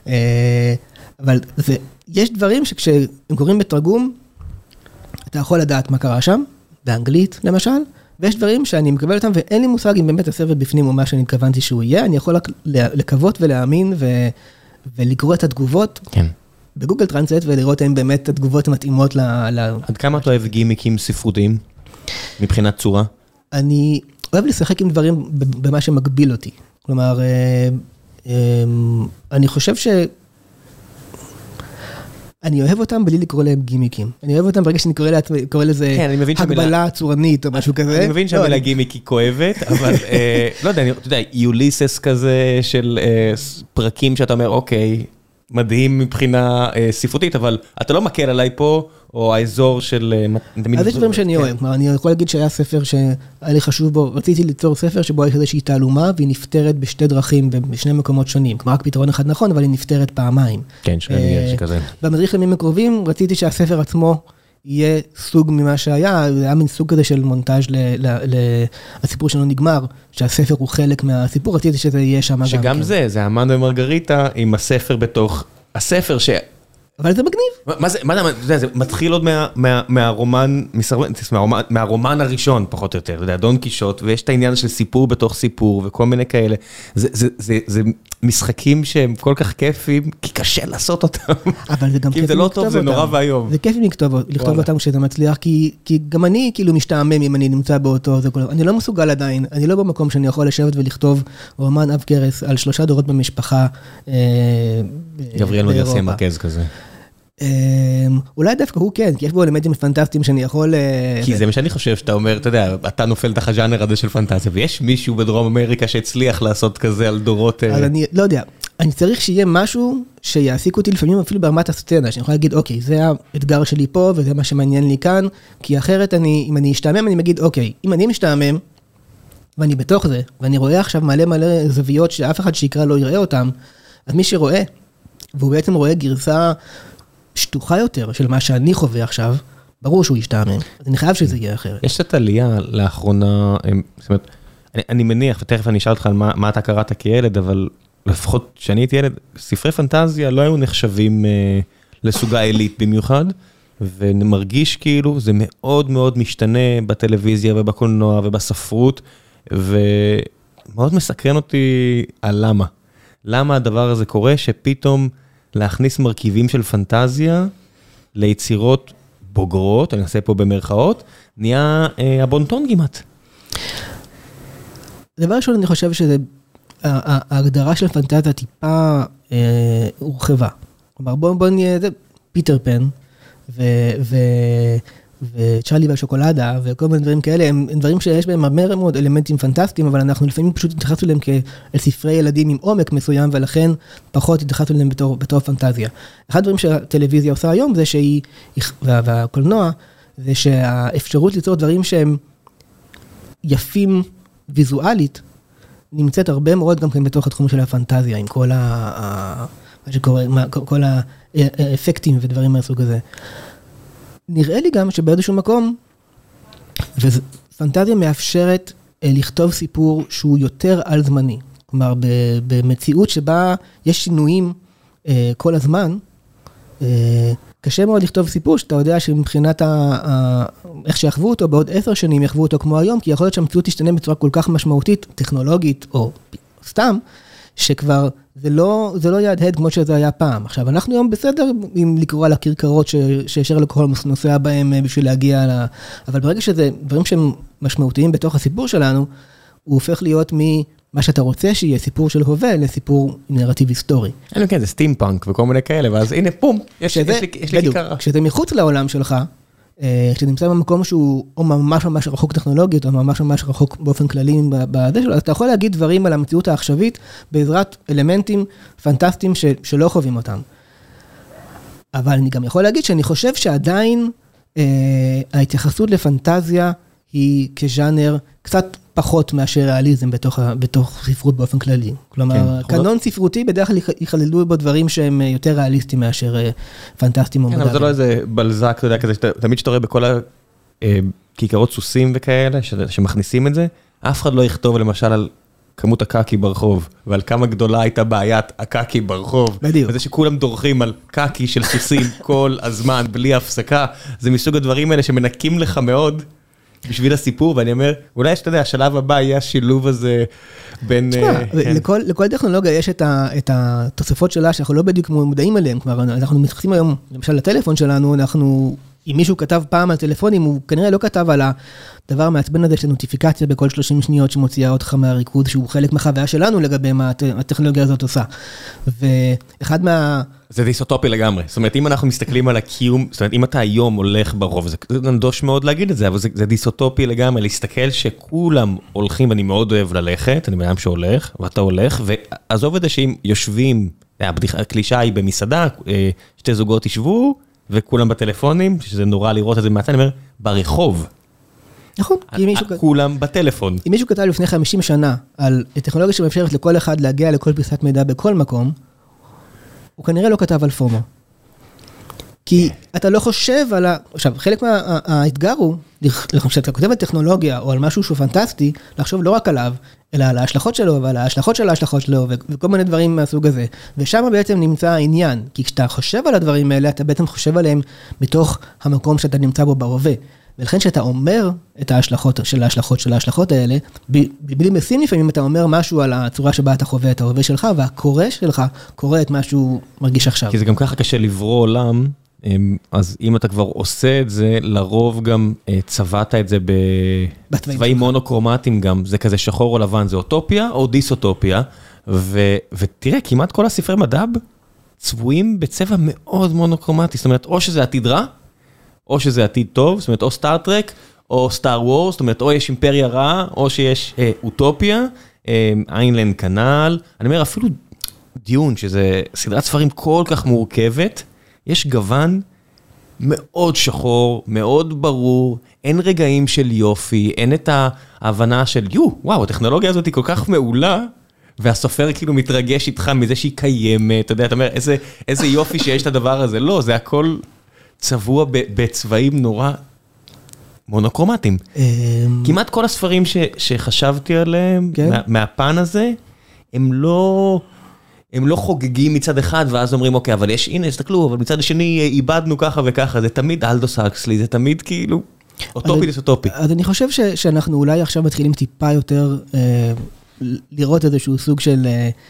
אבל יש דברים שכשהם קוראים בתרגום, אתה יכול לדעת מה קרה שם, באנגלית למשל, ויש דברים שאני מקבל אותם, ואין לי מושג אם באמת הספר בפנים או מה שאני התכוונתי שהוא יהיה, אני יכול לקוות ולהאמין ו... ולקרוא את התגובות כן. בגוגל טרנסלייט, ולראות האם באמת התגובות מתאימות ל... עד כמה אתה אוהב גימיקים ספרותיים, מבחינת צורה? אני אוהב לשחק עם דברים במה שמגביל אותי. כלומר, אני חושב ש... אני אוהב אותם בלי לקרוא להם גימיקים. אני אוהב אותם ברגע שאני קורא לזה הגבלה צורנית או משהו כזה. אני מבין שהמילה גימיק היא כואבת, אבל לא יודע, אתה יודע, יוליסס כזה של פרקים שאתה אומר, אוקיי, מדהים מבחינה ספרותית, אבל אתה לא מקל עליי פה, או האזור של... אז יש דברים שאני אוהב. אני יכול להגיד שהיה ספר שהיה לי חשוב בו, רציתי ליצור ספר שבו יש איזושהי תעלומה, והיא נפטרת בשתי דרכים, בשני מקומות שונים. כלומר, רק פתרון אחד נכון, אבל היא נפטרת פעמיים. כן, שכזה. במדריך לימים הקרובים, רציתי שהספר עצמו יהיה סוג ממה שהיה, זה היה מין סוג כזה של מונטאז' לסיפור שלנו נגמר, שהספר הוא חלק מהסיפור, רציתי שזה יהיה שם גם. שגם זה, זה המן ומרגריטה עם הספר בתוך הספר ש... אבל זה מגניב. מה זה, מה זה, זה מתחיל עוד מהרומן, מהרומן הראשון, פחות או יותר, אתה יודע, דון קישוט, ויש את העניין של סיפור בתוך סיפור, וכל מיני כאלה. זה משחקים שהם כל כך כיפים, כי קשה לעשות אותם. אבל זה גם כיף אם זה לא טוב, זה נורא והיום. זה כיף לכתוב אותם כשזה מצליח, כי גם אני כאילו משתעמם אם אני נמצא באותו, אני לא מסוגל עדיין, אני לא במקום שאני יכול לשבת ולכתוב רומן אב קרס על שלושה דורות במשפחה. גבריאל מגרסיה מרכז כזה. אולי דווקא הוא כן, כי יש בו אלמנטים פנטסטיים שאני יכול... כי זה מה שאני חושב שאתה אומר, אתה יודע, אתה נופל תחת הז'אנר הזה של פנטזיה, ויש מישהו בדרום אמריקה שהצליח לעשות כזה על דורות... אז אני לא יודע, אני צריך שיהיה משהו שיעסיק אותי לפעמים אפילו ברמת הסצנה, שאני יכול להגיד, אוקיי, זה האתגר שלי פה, וזה מה שמעניין לי כאן, כי אחרת אני, אם אני אשתעמם, אני מגיד, אוקיי, אם אני משתעמם, ואני בתוך זה, ואני רואה עכשיו מלא מלא זוויות שאף אחד שיקרא לא יראה אותם, אז מי שרואה, והוא בעצם רואה גרסה שטוחה יותר של מה שאני חווה עכשיו, ברור שהוא ישתעמם. אז אני חייב שזה יהיה אחרת. יש קצת עלייה לאחרונה, זאת אומרת, אני, אני מניח, ותכף אני אשאל אותך על מה, מה אתה קראת כילד, אבל לפחות כשאני הייתי ילד, ספרי פנטזיה לא היו נחשבים אה, לסוגה עילית במיוחד, ומרגיש כאילו זה מאוד מאוד משתנה בטלוויזיה ובקולנוע ובספרות, ומאוד מסקרן אותי על למה. למה הדבר הזה קורה שפתאום להכניס מרכיבים של פנטזיה ליצירות בוגרות, אני אעשה פה במרכאות, נהיה אה, הבונטון כמעט. דבר ראשון, אני חושב שזה, ההגדרה של פנטזיה טיפה אה, הורחבה. כלומר, בוא, בוא נהיה, זה פיטר פן, ו, ו, וצ'רלי והשוקולדה, וכל מיני דברים כאלה, הם, הם דברים שיש בהם הרבה מאוד אלמנטים פנטסטיים, אבל אנחנו לפעמים פשוט התייחסנו להם כספרי ילדים עם עומק מסוים, ולכן פחות התייחסנו להם בתור, בתור פנטזיה. אחד הדברים שהטלוויזיה עושה היום, זה שהיא, וה, והקולנוע, זה שהאפשרות ליצור דברים שהם יפים ויזואלית, נמצאת הרבה מאוד גם כן בתוך התחום של הפנטזיה, עם כל ה... מה שקורה, כל האפקטים ודברים מהסוג הזה. נראה לי גם שבאיזשהו מקום, ופנטזיה מאפשרת לכתוב סיפור שהוא יותר על זמני. כלומר, במציאות שבה יש שינויים כל הזמן, קשה מאוד לכתוב סיפור שאתה יודע שמבחינת איך שיחוו אותו, בעוד עשר שנים יחוו אותו כמו היום, כי יכול להיות שהמציאות תשתנה בצורה כל כך משמעותית, טכנולוגית או סתם, שכבר זה לא, זה לא יהדהד כמו שזה היה פעם. עכשיו, אנחנו היום בסדר אם לקרוא על הכרכרות ששרלוק הולמס נוסע בהם בשביל להגיע ל... אבל ברגע שזה דברים שהם משמעותיים בתוך הסיפור שלנו, הוא הופך להיות ממה שאתה רוצה שיהיה סיפור של הווה לסיפור נרטיב היסטורי. אין כן, זה סטימפאנק וכל מיני כאלה, ואז הנה, פום, יש לי כיכרה. כשזה מחוץ לעולם שלך, כשאתה נמצא במקום שהוא או ממש ממש רחוק טכנולוגית, או ממש ממש רחוק באופן כללי בזה שלו, אז אתה יכול להגיד דברים על המציאות העכשווית, בעזרת אלמנטים פנטסטיים שלא חווים אותם. אבל אני גם יכול להגיד שאני חושב שעדיין ההתייחסות לפנטזיה היא כז'אנר קצת פחות מאשר ריאליזם בתוך, בתוך ספרות באופן כללי. כלומר, כן, קנון ספרותי בדרך כלל יכללו בו דברים שהם יותר ריאליסטיים מאשר פנטסטיים. כן, אבל זה לא איזה בלזק, אתה יודע, כזה, תמיד שאתה רואה בכל הכיכרות סוסים וכאלה, שמכניסים את זה, אף אחד לא יכתוב למשל על כמות הקאקי ברחוב, ועל כמה גדולה הייתה בעיית הקאקי ברחוב. בדיוק. וזה שכולם דורכים על קאקי של סוסים כל הזמן, בלי הפסקה, זה מסוג הדברים האלה שמנקים לך מאוד, בשביל הסיפור, ואני אומר, אולי שאתה יודע, השלב הבא יהיה השילוב הזה בין... לכל טכנולוגיה יש את התוספות שלה, שאנחנו לא בדיוק מודעים אליהם, כלומר, אנחנו מתייחסים היום, למשל לטלפון שלנו, אנחנו, אם מישהו כתב פעם על טלפונים, הוא כנראה לא כתב על הדבר המעצבן הזה, של נוטיפיקציה בכל שלושים שניות, שמוציאה אותך מהריכוז, שהוא חלק מהחוויה שלנו לגבי מה הטכנולוגיה הזאת עושה. ואחד מה... זה דיסוטופי לגמרי. זאת אומרת, אם אנחנו מסתכלים על הקיום, זאת אומרת, אם אתה היום הולך ברוב, זה נדוש מאוד להגיד את זה, אבל זה, זה דיסוטופי לגמרי, להסתכל שכולם הולכים, ואני מאוד אוהב ללכת, אני בן שהולך, ואתה הולך, ועזוב את זה שאם יושבים, הקלישה היא במסעדה, שתי זוגות ישבו, וכולם בטלפונים, שזה נורא לראות את זה מהצד, אני אומר, ברחוב. נכון. כולם בטלפון. אם מישהו כתב לפני חמישים שנה, על טכנולוגיה שמאפשרת לכל אחד להגיע לכל פיסת מידע בכל מקום, הוא כנראה לא כתב על פומו. כי אתה לא חושב על ה... עכשיו, חלק מהאתגר הוא, כשאתה כותב על טכנולוגיה או על משהו שהוא פנטסטי, לחשוב לא רק עליו, אלא על ההשלכות שלו ועל ההשלכות של ההשלכות שלו וכל מיני דברים מהסוג הזה. ושם בעצם נמצא העניין. כי כשאתה חושב על הדברים האלה, אתה בעצם חושב עליהם מתוך המקום שאתה נמצא בו בהווה. ולכן שאתה אומר את ההשלכות של ההשלכות של ההשלכות האלה, בלי משים לפעמים אתה אומר משהו על הצורה שבה אתה חווה את ההווה שלך, והקורא שלך קורא את מה שהוא מרגיש עכשיו. כי זה גם ככה קשה לברוא עולם, אז אם אתה כבר עושה את זה, לרוב גם צבעת את זה בצבעים מונוקרומטיים גם, זה כזה שחור או לבן, זה אוטופיה או דיסוטופיה, ותראה, כמעט כל הספרי מדע צבועים בצבע מאוד מונוקרומטי, זאת אומרת, או שזה עתיד רע, או שזה עתיד טוב, זאת אומרת, או סטאר טרק, או סטאר וורס, זאת אומרת, או יש אימפריה רעה, או שיש אה, אוטופיה, אה, איינלנד כנל, אני אומר, אפילו דיון, שזה סדרת ספרים כל כך מורכבת, יש גוון מאוד שחור, מאוד ברור, אין רגעים של יופי, אין את ההבנה של, יו, וואו, הטכנולוגיה הזאת היא כל כך מעולה, והסופר כאילו מתרגש איתך מזה שהיא קיימת, אתה יודע, אתה אומר, איזה, איזה יופי שיש את הדבר הזה, לא, זה הכל... צבוע בצבעים נורא מונוקרומטיים. כמעט כל הספרים שחשבתי עליהם, מהפן הזה, הם לא חוגגים מצד אחד, ואז אומרים, אוקיי, אבל יש, הנה, הסתכלו, אבל מצד השני איבדנו ככה וככה, זה תמיד אלדוס הקסלי, זה תמיד כאילו אוטופי דיסוטופי. אז אני חושב שאנחנו אולי עכשיו מתחילים טיפה יותר לראות איזשהו סוג של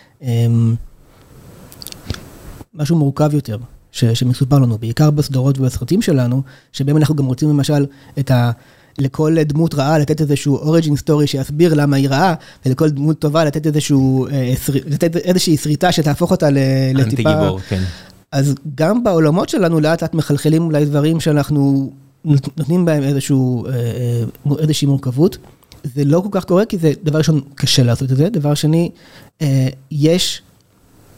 משהו מורכב יותר. שמסופר לנו, בעיקר בסדרות ובסרטים שלנו, שבהם אנחנו גם רוצים למשל את ה... לכל דמות רעה לתת איזשהו אוריג'ין סטורי שיסביר למה היא רעה, ולכל דמות טובה לתת איזשהו, לתת איזושהי שריטה שתהפוך אותה לטיפה... אנטי גיבור, כן. אז גם בעולמות שלנו לאט לאט מחלחלים אולי דברים שאנחנו נותנים בהם איזשהו, איזושהי מורכבות. זה לא כל כך קורה, כי זה דבר ראשון קשה לעשות את זה. דבר שני, יש...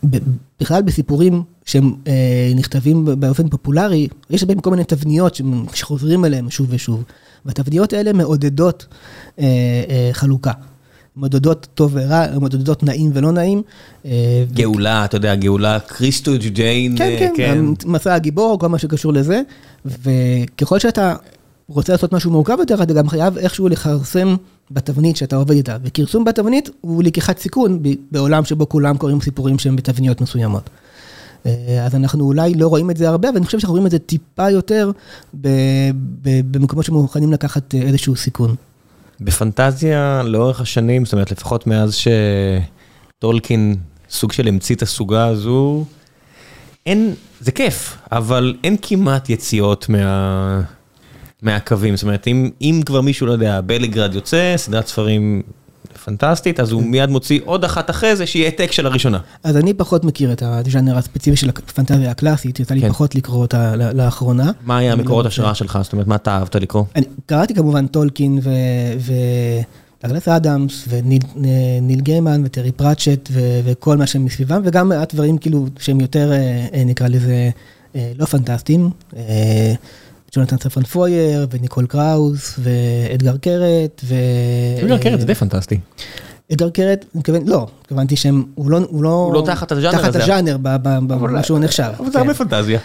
בכלל בסיפורים שהם נכתבים באופן פופולרי, יש בהם כל מיני תבניות שחוזרים אליהם שוב ושוב, והתבניות האלה מעודדות חלוקה. מעודדות טוב ורע, מעודדות נעים ולא נעים. גאולה, אתה יודע, גאולה קריסטו, ג'יין. כן, כן, מסע הגיבור, כל מה שקשור לזה, וככל שאתה רוצה לעשות משהו מורכב יותר, אתה גם חייב איכשהו לחרסם בתבנית שאתה עובד איתה, וכרסום בתבנית הוא לקיחת סיכון בעולם שבו כולם קוראים סיפורים שהם בתבניות מסוימות. אז אנחנו אולי לא רואים את זה הרבה, ואני חושב שאנחנו רואים את זה טיפה יותר במקומות שמוכנים לקחת איזשהו סיכון. בפנטזיה לאורך השנים, זאת אומרת לפחות מאז שטולקין סוג של המציא את הסוגה הזו, אין, זה כיף, אבל אין כמעט יציאות מה, מהקווים, זאת אומרת אם, אם כבר מישהו לא יודע, בלגרד יוצא, סדרת ספרים פנטסטית, אז הוא מיד מוציא עוד אחת אחרי זה, שהיא העתק של הראשונה. אז אני פחות מכיר את הז'אנר הספציפי של הפנטזיה הקלאסית, יצא לי כן. פחות לקרוא אותה לאחרונה. מה היה המקורות השראה שלך? זאת אומרת, מה אתה אהבת לקרוא? אני קראתי כמובן טולקין ו... ו... דאגלס אדמס, וניל גיימן, וטרי פרצ'ט, ו... וכל מה שהם מסביבם, וגם הדברים כאילו שהם יותר, נקרא לזה, לא פנטסטיים. ג'ונתן ספרן פויר, וניקול קראוס, ואדגר קרט, ו... אדגר קרט זה די פנטסטי. אדגר קרט, לא, התכוונתי שהם, הוא לא... הוא לא תחת הז'אנר הזה. תחת הז'אנר, במה שהוא נחשב. אבל זה הרבה פנטזיה.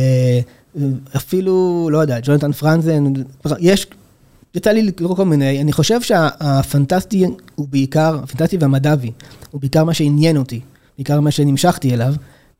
אפילו, לא יודע, ג'ונתן פרנזן, יש, יצא לי לקרוא כל מיני, אני חושב שהפנטסטי הוא בעיקר, הפנטסטי והמדבי, הוא בעיקר מה שעניין אותי, בעיקר מה שנמשכתי אליו,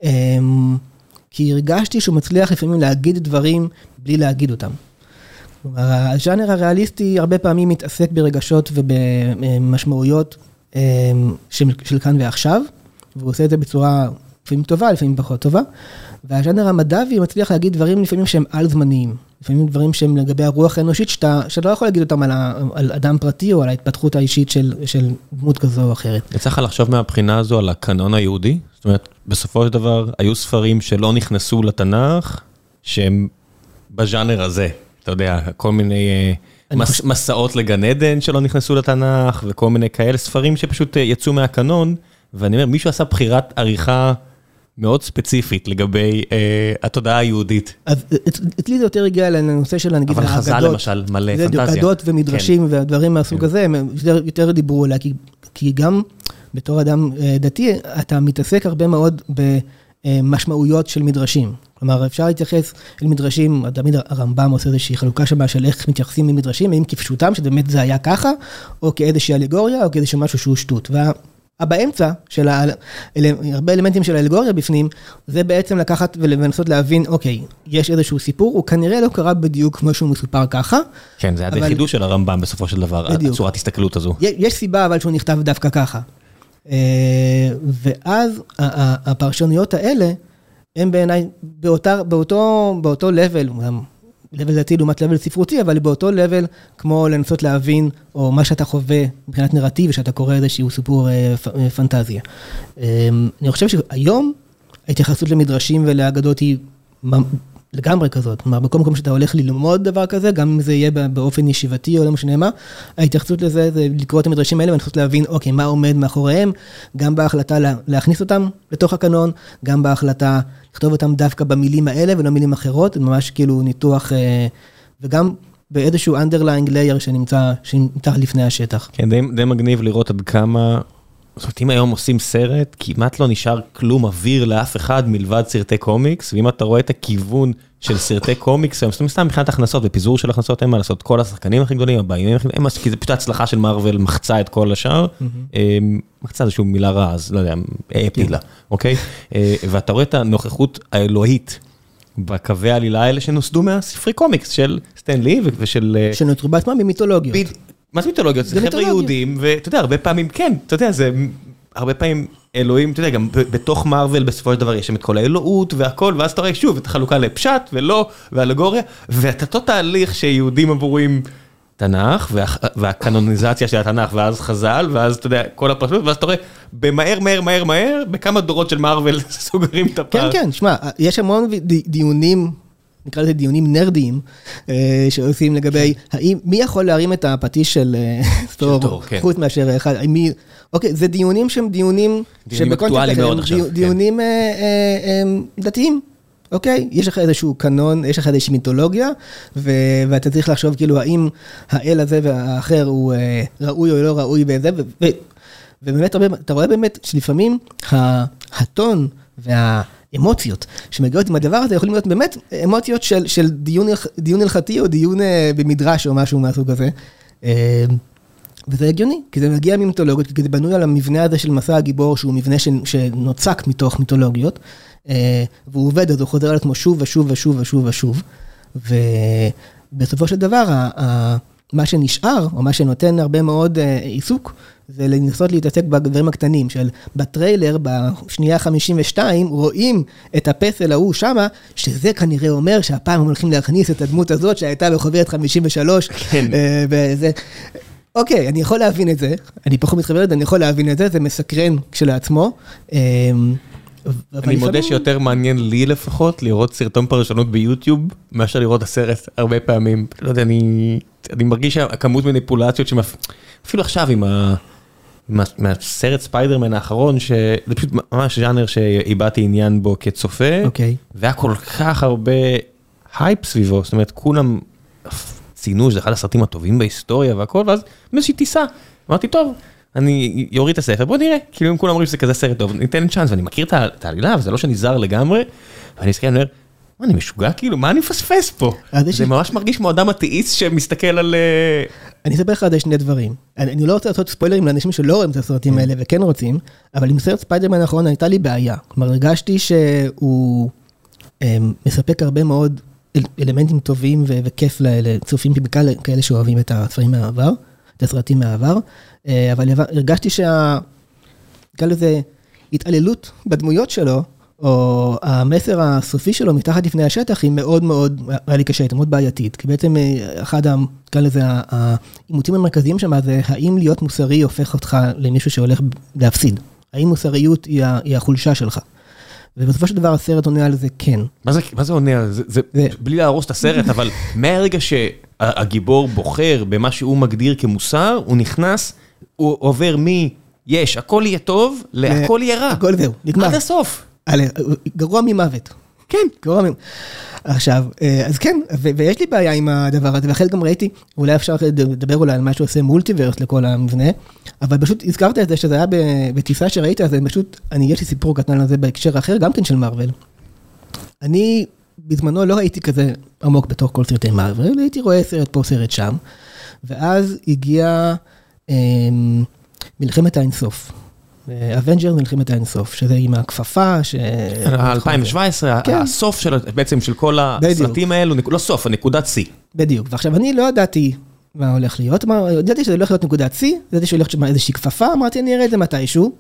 כי הרגשתי שהוא מצליח לפעמים להגיד דברים בלי להגיד אותם. כלומר, הז'אנר הריאליסטי הרבה פעמים מתעסק ברגשות ובמשמעויות של כאן ועכשיו, והוא עושה את זה בצורה לפעמים טובה, לפעמים פחות טובה, והז'אנר המדבי מצליח להגיד דברים לפעמים שהם על-זמניים, לפעמים דברים שהם לגבי הרוח האנושית, שאתה, שאתה לא יכול להגיד אותם על, ה, על אדם פרטי או על ההתפתחות האישית של, של דמות כזו או אחרת. יצא לך לחשוב מהבחינה הזו על הקנון היהודי? זאת אומרת, בסופו של דבר, היו ספרים שלא נכנסו לתנ"ך, שהם בז'אנר הזה. אתה יודע, כל מיני מס, חושב... מסעות לגן עדן שלא נכנסו לתנ"ך, וכל מיני כאלה ספרים שפשוט יצאו מהקנון, ואני אומר, מישהו עשה בחירת עריכה מאוד ספציפית לגבי אה, התודעה היהודית. אז אצלי זה יותר הגיע לנושא של הנגיד האגדות. אבל חז"ל למשל, מלא פנטזיה. זה אגדות ומדרשים כן. והדברים מהסוג כן. הזה, הם יותר, יותר דיברו עליה, כי, כי גם בתור אדם דתי, אתה מתעסק הרבה מאוד במשמעויות של מדרשים. כלומר, אפשר להתייחס אל מדרשים, תמיד הרמב"ם עושה איזושהי חלוקה שבה של איך מתייחסים למדרשים, האם כפשוטם, שבאמת זה היה ככה, או כאיזושהי אלגוריה, או כאיזשהו משהו שהוא שטות. וה... באמצע של הרבה אלמנטים של האלגוריה בפנים, זה בעצם לקחת ולנסות להבין, אוקיי, יש איזשהו סיפור, הוא כנראה לא קרה בדיוק כמו שהוא מסופר ככה. כן, זה היה די חידוש של הרמב"ם בסופו של דבר, הצורת הסתכלות הזו. יש סיבה אבל שהוא נכתב דווקא ככה. ואז הפרשנויות האלה, הם בעיניי באותו לבל, לבל דתי לעומת לבל ספרותי, אבל באותו לבל, כמו לנסות להבין, או מה שאתה חווה מבחינת נרטיב, שאתה קורא איזשהו סיפור פנטזיה. אני חושב שהיום, ההתייחסות למדרשים ולאגדות היא לגמרי כזאת. כלומר, בכל מקום שאתה הולך ללמוד דבר כזה, גם אם זה יהיה באופן ישיבתי או לא משנה מה, ההתייחסות לזה זה לקרוא את המדרשים האלה, ולנסות להבין, אוקיי, מה עומד מאחוריהם, גם בהחלטה להכניס אותם לתוך הקנון, גם בהחלטה לכתוב אותם דווקא במילים האלה ולא מילים אחרות, ממש כאילו ניתוח, וגם באיזשהו underlying layer שנמצא, שנמצא לפני השטח. כן, די, די מגניב לראות עד כמה, זאת אומרת, אם היום עושים סרט, כמעט לא נשאר כלום אוויר לאף אחד מלבד סרטי קומיקס, ואם אתה רואה את הכיוון של סרטי קומיקס, הם סתם מבחינת הכנסות ופיזור של הכנסות, אין מה לעשות, כל השחקנים הכי גדולים, הבאים, כי זה פשוט הצלחה של מארוול מחצה את כל השאר, מחצה איזושהי מילה רע, אז לא יודע, העפילה, אוקיי? ואתה רואה את הנוכחות האלוהית, בקווי העלילה האלה שנוסדו מהספרי קומיקס של סטן לי ושל... שנותרו בעצמם ממיתולוגיות. מה זה מיתולוגיות? זה חבר'ה יהודים, ואתה יודע, הרבה פעמים כן, אתה יודע, זה הרבה פעמים אלוהים, אתה יודע, גם בתוך מארוול בסופו של דבר יש שם את כל האלוהות והכל, ואז אתה רואה שוב את החלוקה לפשט ולא, ואלגוריה, ואתה אותו תהליך שיהודים עבורים תנ"ך, והקנוניזציה של התנ"ך, ואז חז"ל, ואז אתה יודע, כל הפרשנות, ואז אתה רואה, במהר, מהר, מהר, מהר, בכמה דורות של מארוול סוגרים את הפער. כן, כן, שמע, יש המון דיונים נקרא לזה דיונים נרדיים, שעושים לגבי, האם, מי יכול להרים את הפטיש של סטור, חוץ מאשר אחד, אוקיי, זה דיונים שהם דיונים, דיונים אקטואליים מאוד עכשיו. דיונים דתיים. אוקיי? יש לך איזשהו קנון, יש לך איזושהי מיתולוגיה, ואתה צריך לחשוב כאילו, האם האל הזה והאחר הוא ראוי או לא ראוי וזה, ובאמת, אתה רואה באמת שלפעמים הטון והאמוציות שמגיעות עם הדבר הזה, יכולים להיות באמת אמוציות של דיון הלכתי, או דיון במדרש או משהו מהסוג הזה. וזה הגיוני, כי זה מגיע ממיתולוגיות, כי זה בנוי על המבנה הזה של מסע הגיבור, שהוא מבנה שנוצק מתוך מיתולוגיות, והוא עובד, אז הוא חוזר על עצמו שוב ושוב ושוב ושוב ושוב, ובסופו של דבר, מה שנשאר, או מה שנותן הרבה מאוד עיסוק, זה לנסות להתעסק בדברים הקטנים, של בטריילר, בשנייה חמישים ושתיים, רואים את הפסל ההוא שמה, שזה כנראה אומר שהפעם הם הולכים להכניס את הדמות הזאת, שהייתה בחוברת חמישים ושלוש, וזה... אוקיי, אני יכול להבין את זה, אני פחות מתחברת, אני יכול להבין את זה, זה מסקרן כשלעצמו. אני מודה שיותר מעניין לי לפחות, לראות סרטון פרשנות ביוטיוב, מאשר לראות הסרט הרבה פעמים. לא יודע, אני מרגיש שהכמות מניפולציות, אפילו עכשיו עם הסרט ספיידרמן האחרון, שזה פשוט ממש ז'אנר שאיבדתי עניין בו כצופה, והיה כל כך הרבה הייפ סביבו, זאת אומרת, כולם... ציינו שזה אחד הסרטים הטובים בהיסטוריה והכל, ואז מאיזושהי טיסה. אמרתי, טוב, אני יוריד את הספר, בוא נראה. כאילו אם כולם אומרים שזה כזה סרט טוב, ניתן צ'אנס, ואני מכיר את העלילה, וזה לא שאני זר לגמרי, ואני אסתכל, אני אומר, מה, אני משוגע כאילו? מה אני מפספס פה? זה ממש מרגיש כמו אדם אתאיסט שמסתכל על... אני אספר לך עד שני דברים. אני לא רוצה לעשות ספוילרים לאנשים שלא רואים את הסרטים האלה וכן רוצים, אבל עם סרט ספיידרמן האחרון הייתה לי בעיה. כלומר, הרגשתי שהוא מספק הרבה מאוד אלמנטים טובים וכיף לצופים בעיקר כאלה שאוהבים את הספרים מהעבר, את הסרטים מהעבר, אבל הרגשתי שה... נקרא לזה התעללות בדמויות שלו, או המסר הסופי שלו מתחת לפני השטח, היא מאוד מאוד, היה לי קשה, מאוד בעייתית, כי בעצם אחד, נקרא לזה, האימותים המרכזיים שם, זה האם להיות מוסרי הופך אותך למישהו שהולך להפסיד. האם מוסריות היא החולשה שלך. ובסופו של דבר הסרט עונה על זה כן. מה זה, מה זה עונה על זה? זה, זה בלי להרוס את הסרט, אבל מהרגע שהגיבור בוחר במה שהוא מגדיר כמוסר, הוא נכנס, הוא עובר מי, יש, הכל יהיה טוב, להכל יהיה רע. הכל זהו, נגמר. עד הסוף. גרוע ממוות. כן. גרוע ממוות. עכשיו, אז כן, ויש לי בעיה עם הדבר הזה, ואחרי גם ראיתי, אולי אפשר לדבר אולי על מה שעושה מולטיברס לכל המבנה, אבל פשוט הזכרת את זה שזה היה בטיסה שראית, אז פשוט, אני יש לי סיפור קטן על זה בהקשר אחר, גם כן של מרוול. אני בזמנו לא הייתי כזה עמוק בתוך כל סרטי מרוול, הייתי רואה סרט פה, סרט שם, ואז הגיע מלחמת האינסוף. אבנג'ר מלחמת האינסוף, שזה עם הכפפה, ש... אלפיים שבע עשרה, הסוף של, בעצם של כל הסרטים האלו, לא סוף, הנקודת C. בדיוק, ועכשיו אני לא ידעתי מה הולך להיות, ידעתי שזה הולך להיות נקודת C, ידעתי שהולך להיות איזושהי כפפה, אמרתי אני אראה את זה מתישהו,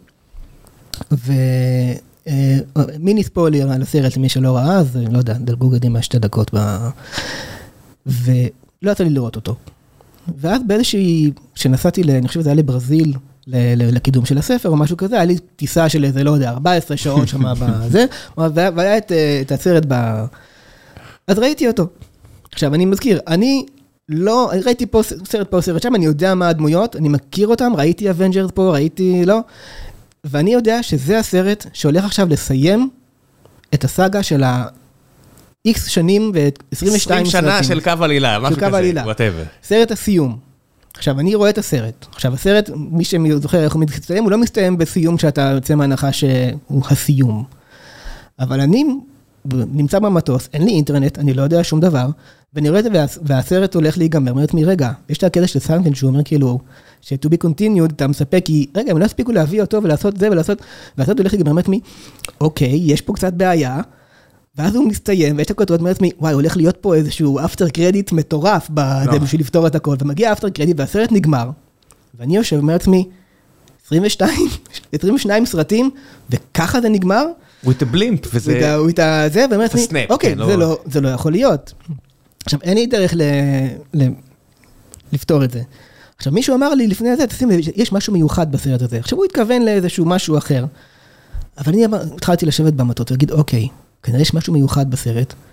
ומיני ספוילר על הסרט למי שלא ראה, אז לא יודע, דלגו קדימה שתי דקות, ולא יצא לי לראות אותו. ואז באיזושהי, שנסעתי, אני חושב שזה היה לברזיל, לקידום של הספר או משהו כזה, היה לי טיסה של איזה, לא יודע, ארבע עשרה שעות שמה בזה, והיה את הסרט ב... אז ראיתי אותו. עכשיו, אני מזכיר, אני לא, ראיתי פה סרט פה, סרט שם, אני יודע מה הדמויות, אני מכיר אותם, ראיתי אבנג'רס פה, ראיתי, לא, ואני יודע שזה הסרט שהולך עכשיו לסיים את הסאגה של ה-X שנים ו-עשרים ושתיים עשרים שנה של קו עלילה, משהו כזה, whatever. סרט הסיום. עכשיו, אני רואה את הסרט. עכשיו, הסרט, מי שזוכר איך הוא מסתיים, הוא לא מסתיים בסיום שאתה יוצא מהנחה שהוא הסיום. אבל אני נמצא במטוס, אין לי אינטרנט, אני לא יודע שום דבר, ואני רואה את זה, והסרט הולך להיגמר, אומרת מי, רגע, יש את הקטע של סנקן, שהוא אומר כאילו, ש-to be continued, אתה מספק, כי, רגע, הם לא הספיקו להביא אותו ולעשות זה ולעשות, והסרט הולך להיגמר, אומרת מי, אוקיי, יש פה קצת בעיה, ואז הוא מסתיים, ויש את הכותרות, אומרת מי, וואי, הולך להיות פה איזשהו אפטר קרדיט מטורף, בזה בשביל לפתור את הכל, ומגיע אפטר קרדיט, והסרט נגמר, ואני יושב, אומרת מי, עשרים ושתיים, עשרים ושניים סרטים, וככה זה נגמר, with a blimp, וזה... with a זה, ואומרת מי, אוקיי, זה לא יכול להיות. עכשיו, אין לי דרך לפתור את זה. עכשיו, מישהו אמר לי לפני זה, תשים, יש משהו מיוחד בסרט הזה. עכשיו, הוא התכוון לאיזשהו משהו אחר. אבל אני התחלתי לשבת במטות ולהגיד, אוקיי, כנראה יש משהו מיוחד בסרט,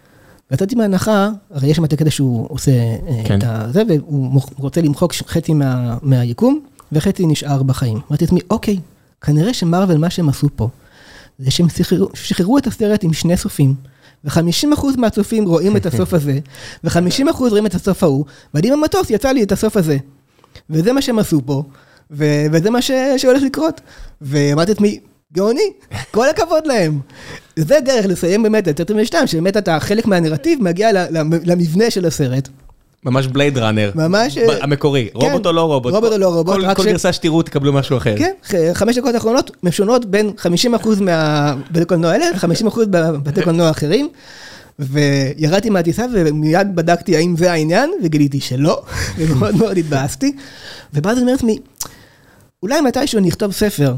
ויצאתי מההנחה, הרי יש שם את הקטע שהוא עושה את זה, והוא רוצה למחוק חצי מהיקום, וחצי נשאר בחיים. אמרתי לעצמי, אוקיי, כנראה שמרוול מה שהם עשו פה, זה שהם שחררו את הסרט עם שני סופים, ו-חמישים אחוז מהצופים רואים את הסוף הזה, ו-חמישים אחוז רואים את הסוף ההוא, ואני במטוס יצא לי את הסוף הזה. וזה מה שהם עשו פה, וזה מה שהולך לקרות. ואמרתי לעצמי, גאוני, כל הכבוד להם. זה דרך לסיים באמת את טרטרים ושתיים, שבאמת אתה חלק מהנרטיב מגיע למבנה של הסרט. ממש בלייד ראנר. ממש... המקורי. רובוט או לא רובוט. רובוט או לא רובוט. כל גרסה שתראו תקבלו משהו אחר. כן, חמש דקות האחרונות משונות בין חמישים אחוז מהבתי קולנוע האלה, ו-חמישים אחוז בבתי קולנוע האחרים. וירדתי מהטיסה ומיד בדקתי האם זה העניין, וגיליתי שלא, ומאוד מאוד התבאסתי. ובאז אני אומרת מי, אולי מתישהו אני אכתוב ספר,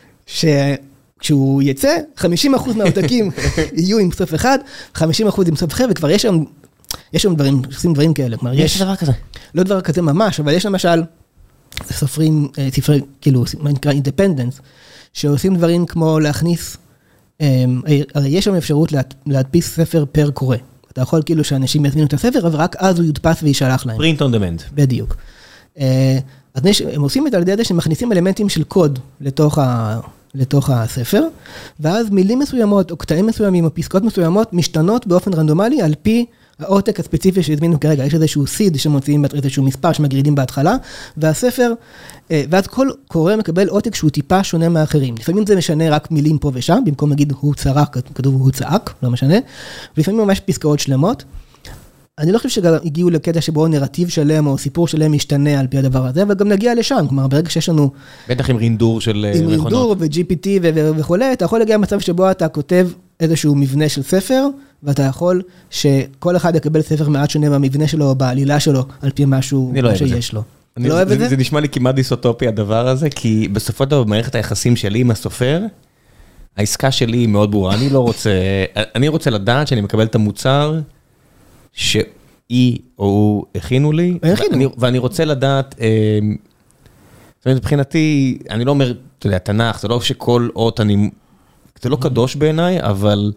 שכשהוא יצא, חמישים אחוז מהעותקים יהיו עם סוף אחד, חמישים אחוז עם סוף אחר, וכבר יש שם, יש שם דברים, עושים דברים כאלה. יש דבר כזה? לא דבר כזה ממש, אבל יש למשל, סופרים, ספרי, כאילו, מה נקרא אינדפנדנס, שעושים דברים כמו להכניס, הרי יש שם אפשרות להדפיס ספר פר קורא. אתה יכול כאילו שאנשים יזמינו את הספר, אבל רק אז הוא יודפס וישלח להם. print on demand. בדיוק. אז הם עושים את על ידי זה שמכניסים אלמנטים של קוד לתוך ה... לתוך הספר, ואז מילים מסוימות או קטעים מסוימים או פסקאות מסוימות משתנות באופן רנדומלי על פי העותק הספציפי שהזמינו כרגע. יש איזשהו סיד שמוציאים איזשהו מספר שמגרידים בהתחלה, והספר, ואז כל קורא מקבל עותק שהוא טיפה שונה מאחרים. לפעמים זה משנה רק מילים פה ושם, במקום להגיד הוא צרק, כתוב הוא צעק, לא משנה. ולפעמים ממש פסקאות שלמות. אני לא חושב שגם הגיעו לקטע שבו נרטיב שלם או סיפור שלם משתנה על פי הדבר הזה, אבל גם נגיע לשם. כלומר, ברגע שיש לנו... בטח עם רינדור של מכונות. עם רינדור ו-ג'י פי טי וכו', אתה יכול להגיע למצב שבו אתה כותב איזשהו מבנה של ספר, ואתה יכול שכל אחד יקבל ספר מעט שונה מהמבנה שלו או בעלילה שלו, על פי משהו שיש לו. אני לא אוהב את זה? זה נשמע לי כמעט דיסוטופי הדבר הזה, כי בסופו של דבר במערכת היחסים שלי עם הסופר, העסקה שלי היא מאוד ברורה. אני לא רוצה, אני רוצה לדעת שאני מקבל את המוצר שהיא או הוא הכינו לי, ואני רוצה לדעת, זאת אומרת, מבחינתי, אני לא אומר, אתה יודע, תנ"ך, זה לא שכל אות אני, זה לא קדוש בעיניי, אבל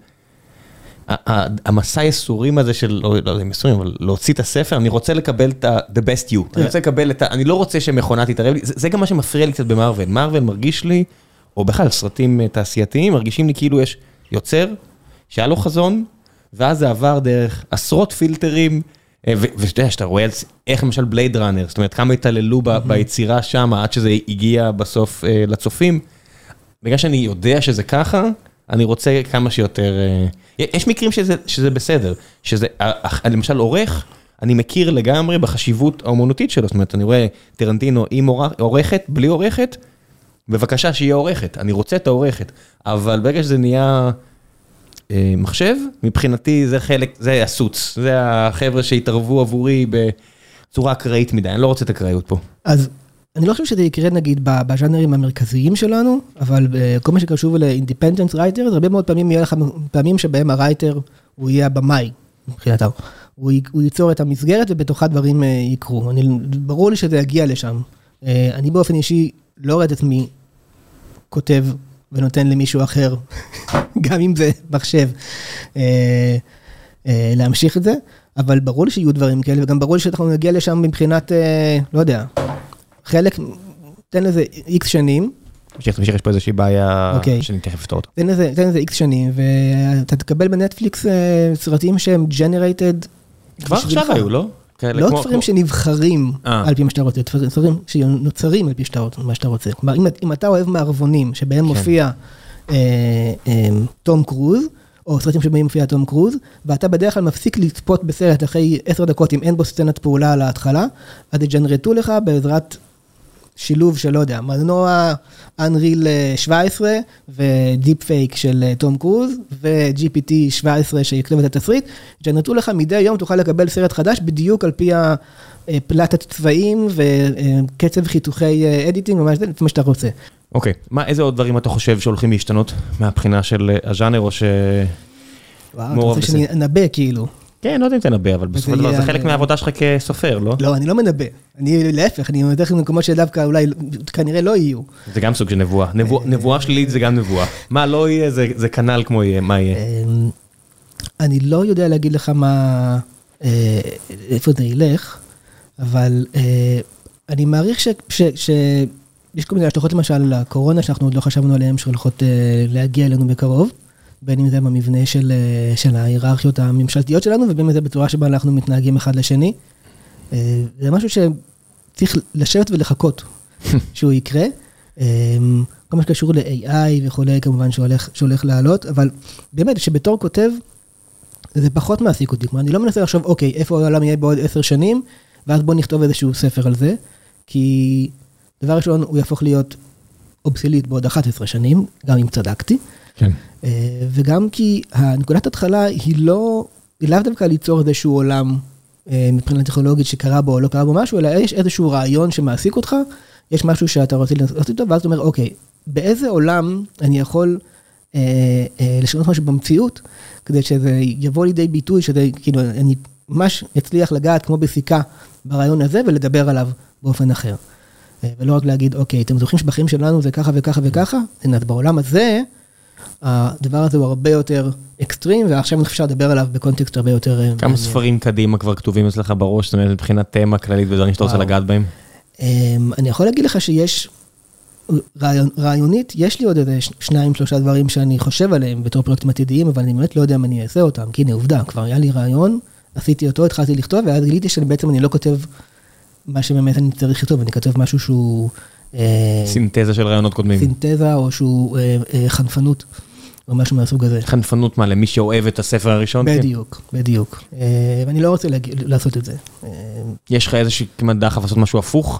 המסע הייסורים הזה של, לא יודע אם ייסורים, אבל להוציא את הספר, אני רוצה לקבל את ה-the best you, אני רוצה לקבל את ה... אני לא רוצה שמכונה תתערב לי, זה גם מה שמפריע לי קצת במרוול. מרוול מרגיש לי, או בכלל סרטים תעשייתיים, מרגישים לי כאילו יש יוצר, שהיה לו חזון, ואז זה עבר דרך עשרות פילטרים, ואתה יודע, שאתה רואה איך למשל בלייד ראנר, זאת אומרת, כמה התעללו ביצירה שם, עד שזה הגיע בסוף לצופים. בגלל שאני יודע שזה ככה, אני רוצה כמה שיותר... יש מקרים שזה, שזה בסדר, שזה, למשל עורך, אני מכיר לגמרי בחשיבות האומנותית שלו, זאת אומרת, אני רואה טרנטינו עם עורכת, בלי עורכת, בבקשה שיהיה עורכת, אני רוצה את העורכת, אבל ברגע שזה נהיה אה, מחשב, מבחינתי זה חלק, זה הסוץ, זה החבר'ה שהתערבו עבורי בצורה אקראית מדי, אני לא רוצה את אקראיות פה. אז אני לא חושב שזה יקרה נגיד בז'אנרים המרכזיים שלנו, אבל כל מה שקשור ל-independent writer, הרבה מאוד פעמים יהיה לך פעמים שבהם הרייטר הוא יהיה הבמאי, מבחינתו. הוא, הוא ייצור את המסגרת ובתוכה דברים יקרו. אני, ברור לי שזה יגיע לשם. אני באופן אישי לא רואה את עצמי כותב ונותן למישהו אחר, גם אם זה מחשב, להמשיך את זה, אבל ברור לי שיהיו דברים כאלה, וגם ברור לי שאנחנו נגיע לשם מבחינת, לא יודע, חלק, תן לזה איקס שנים. תמשיך, יש פה איזושהי בעיה שאני תכף אפתור אותה. תן לזה איקס שנים, ואתה תקבל בנטפליקס סרטים שהם generated. כבר עכשיו היו, לא? לא ספרים שנבחרים על פי מה שאתה רוצה, ספרים שנוצרים על פי מה שאתה רוצה. כלומר, אם אתה אוהב מערבונים, שבהם מופיע תום קרוז, או סרטים שבהם מופיע תום קרוז, ואתה בדרך כלל מפסיק לצפות בסרט אחרי עשר דקות, אם אין בו סצנת פעולה על ההתחלה, אז יג'נרטו לך בעזרת שילוב של, לא יודע, מנוע אנריל שבע עשרה, ודיפ פייק של תום קרוז, ו-ג'י פי טי שבע עשרה שיקלב את התסריט, יג'נרטו לך מדי יום, תוכל לקבל סרט חדש, בדיוק על פי הפלטת צבעים, וקצב חיתוכי אדיטינג, ממש זה, לפי מה שאתה רוצה. אוקיי, מה, איזה עוד דברים אתה חושב שהולכים להשתנות מהבחינה של הז'אנר, או ש... וואו, אתה רוצה שאני אנבא כאילו. כן, לא יודע אם תנבא, אבל בסופו של דבר זה חלק מהעבודה שלך כסופר, לא? לא, אני לא מנבא. אני להפך, אני אומר לכם במקומות שדווקא אולי כנראה לא יהיו. זה גם סוג של נבואה. נבואה שלילית זה גם נבואה. מה לא יהיה, זה כנ"ל כמו יהיה, מה יהיה. אני לא יודע להגיד לך מה, איפה זה ילך, אבל אני מעריך שיש כל מיני השלכות למשל לקורונה, שאנחנו עוד לא חשבנו עליהן, שהולכות להגיע אלינו בקרוב, בין אם זה במבנה של, של ההיררכיות הממשלתיות שלנו, ובין אם זה בצורה שבה אנחנו מתנהגים אחד לשני. זה משהו שצריך לשבת ולחכות שהוא יקרה. כל מה שקשור ל-איי איי וכולי, כמובן שהולך, שהולך לעלות, אבל באמת שבתור כותב, זה פחות מעסיק אותי. כלומר, אני לא מנסה לחשוב, אוקיי, איפה העולם יהיה בעוד עשר שנים, ואז בוא נכתוב איזשהו ספר על זה, כי דבר ראשון, הוא יהפוך להיות אובסולוט בעוד אחת עשרה שנים, גם אם צדקתי. כן. וגם כי הנקודת התחלה היא לא, היא לאו דווקא ליצור איזשהו עולם מבחינה טכנולוגית שקרה בו או לא קרה בו משהו, אלא יש איזשהו רעיון שמעסיק אותך, יש משהו שאתה רוצה לעשות איתו, ואז אתה אומר, אוקיי, באיזה עולם אני יכול אה, אה, לשנות משהו במציאות, כדי שזה יבוא לידי ביטוי, שזה כאילו, אני ממש אצליח לגעת כמו בסיכה ברעיון הזה, ולדבר עליו באופן אחר. אה, ולא רק להגיד, אוקיי, אתם זוכרים שבחיים שלנו זה ככה וככה וככה, אז בעולם הזה, הדבר הזה הוא הרבה יותר אקסטרים, ועכשיו אני חושב לדבר עליו בקונטקסט הרבה יותר... כמה ספרים קדימה כבר כתובים אצלך בראש, זאת אומרת, מבחינת תמה כללית ודברים שאתה רוצה לגעת בהם? אני יכול להגיד לך שיש, רעיונית, יש לי עוד איזה שניים, שלושה דברים שאני חושב עליהם בתור פרויקטים עתידיים, אבל אני באמת לא יודע אם אני אעשה אותם, כי הנה עובדה, כבר היה לי רעיון, עשיתי אותו, התחלתי לכתוב, ואז גיליתי שבעצם אני לא כותב מה שבאמת אני צריך לכתוב, אני כותב משהו שהוא... סינתזה של רעיונות קודמים. סינתזה או שהוא חנפנות, או משהו מהסוג הזה. חנפנות מה, למי שאוהב את הספר הראשון? בדיוק, בדיוק. ואני לא רוצה לעשות את זה. יש לך איזושהי כמעט דחף לעשות משהו הפוך?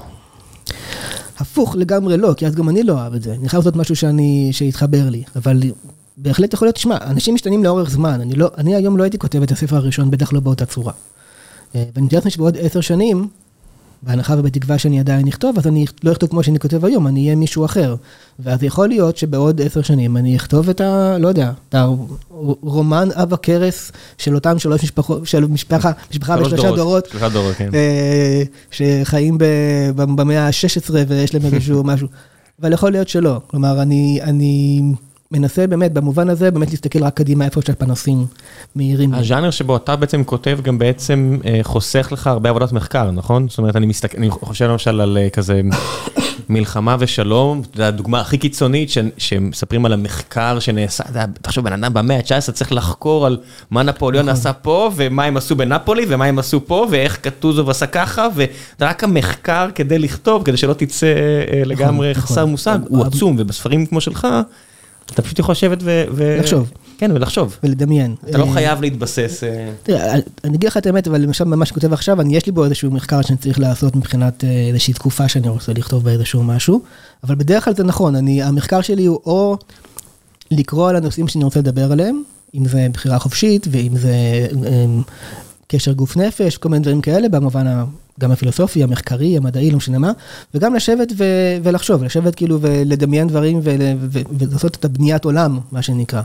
הפוך לגמרי לא, כי אז גם אני לא אוהב את זה. אני חייב לעשות משהו שאני, שיתחבר לי. אבל בהחלט יכול להיות, תשמע, אנשים משתנים לאורך זמן. אני לא, אני היום לא הייתי כותב את הספר הראשון, בטח לא באותה צורה. ואני מתאר לעצמי שבעוד עשר שנים, בהנחה ובתקווה שאני עדיין נכתוב, אז אני לא אכתוב כמו שאני כותב היום, אני אהיה מישהו אחר. ואז יכול להיות שבעוד עשר שנים אני אכתוב את ה... לא יודע, את הרומן אב הכרס של אותם שלוש משפחות, של משפחה, משפחה בשלושה דורות. שלושה דורות, כן. שחיים במאה ה-שש עשרה ויש להם איזשהו משהו. אבל יכול להיות שלא. כלומר, אני... אני מנסה באמת, במובן הזה, באמת להסתכל רק קדימה איפה שהפנסים מהירים. הז'אנר שבו אתה בעצם כותב גם בעצם חוסך לך הרבה עבודת מחקר, נכון? זאת אומרת, אני מסתכל, אני חושב למשל על כזה מלחמה ושלום, זו הדוגמה הכי קיצונית שמספרים על המחקר שנעשה, תחשוב, בן אדם במאה ה-תשע עשרה צריך לחקור על מה נפוליאון עשה פה, ומה הם עשו בנפולי, ומה הם עשו פה, ואיך קטוזוב עשה ככה, וזה רק המחקר כדי לכתוב, כדי שלא תצא לגמרי חסר מושג, הוא עצום, ובספרים כמו שלך, אתה פשוט יכול לשבת ו... לחשוב. כן, ולחשוב. ולדמיין. אתה לא חייב להתבסס. תראה, אני אגיד לך את האמת, אבל למשל במה שכותב עכשיו, יש לי בו איזשהו מחקר שאני צריך לעשות מבחינת איזושהי תקופה שאני רוצה לכתוב באיזשהו משהו, אבל בדרך כלל זה נכון, המחקר שלי הוא או לקרוא על הנושאים שאני רוצה לדבר עליהם, אם זה בחירה חופשית, ואם זה קשר גוף נפש, כל מיני דברים כאלה, במובן גם הפילוסופי, המחקרי, המדעי, לא משנה מה, וגם לשבת ו- ולחשוב, לשבת כאילו ולדמיין דברים ולעשות את הבניית עולם, מה שנקרא.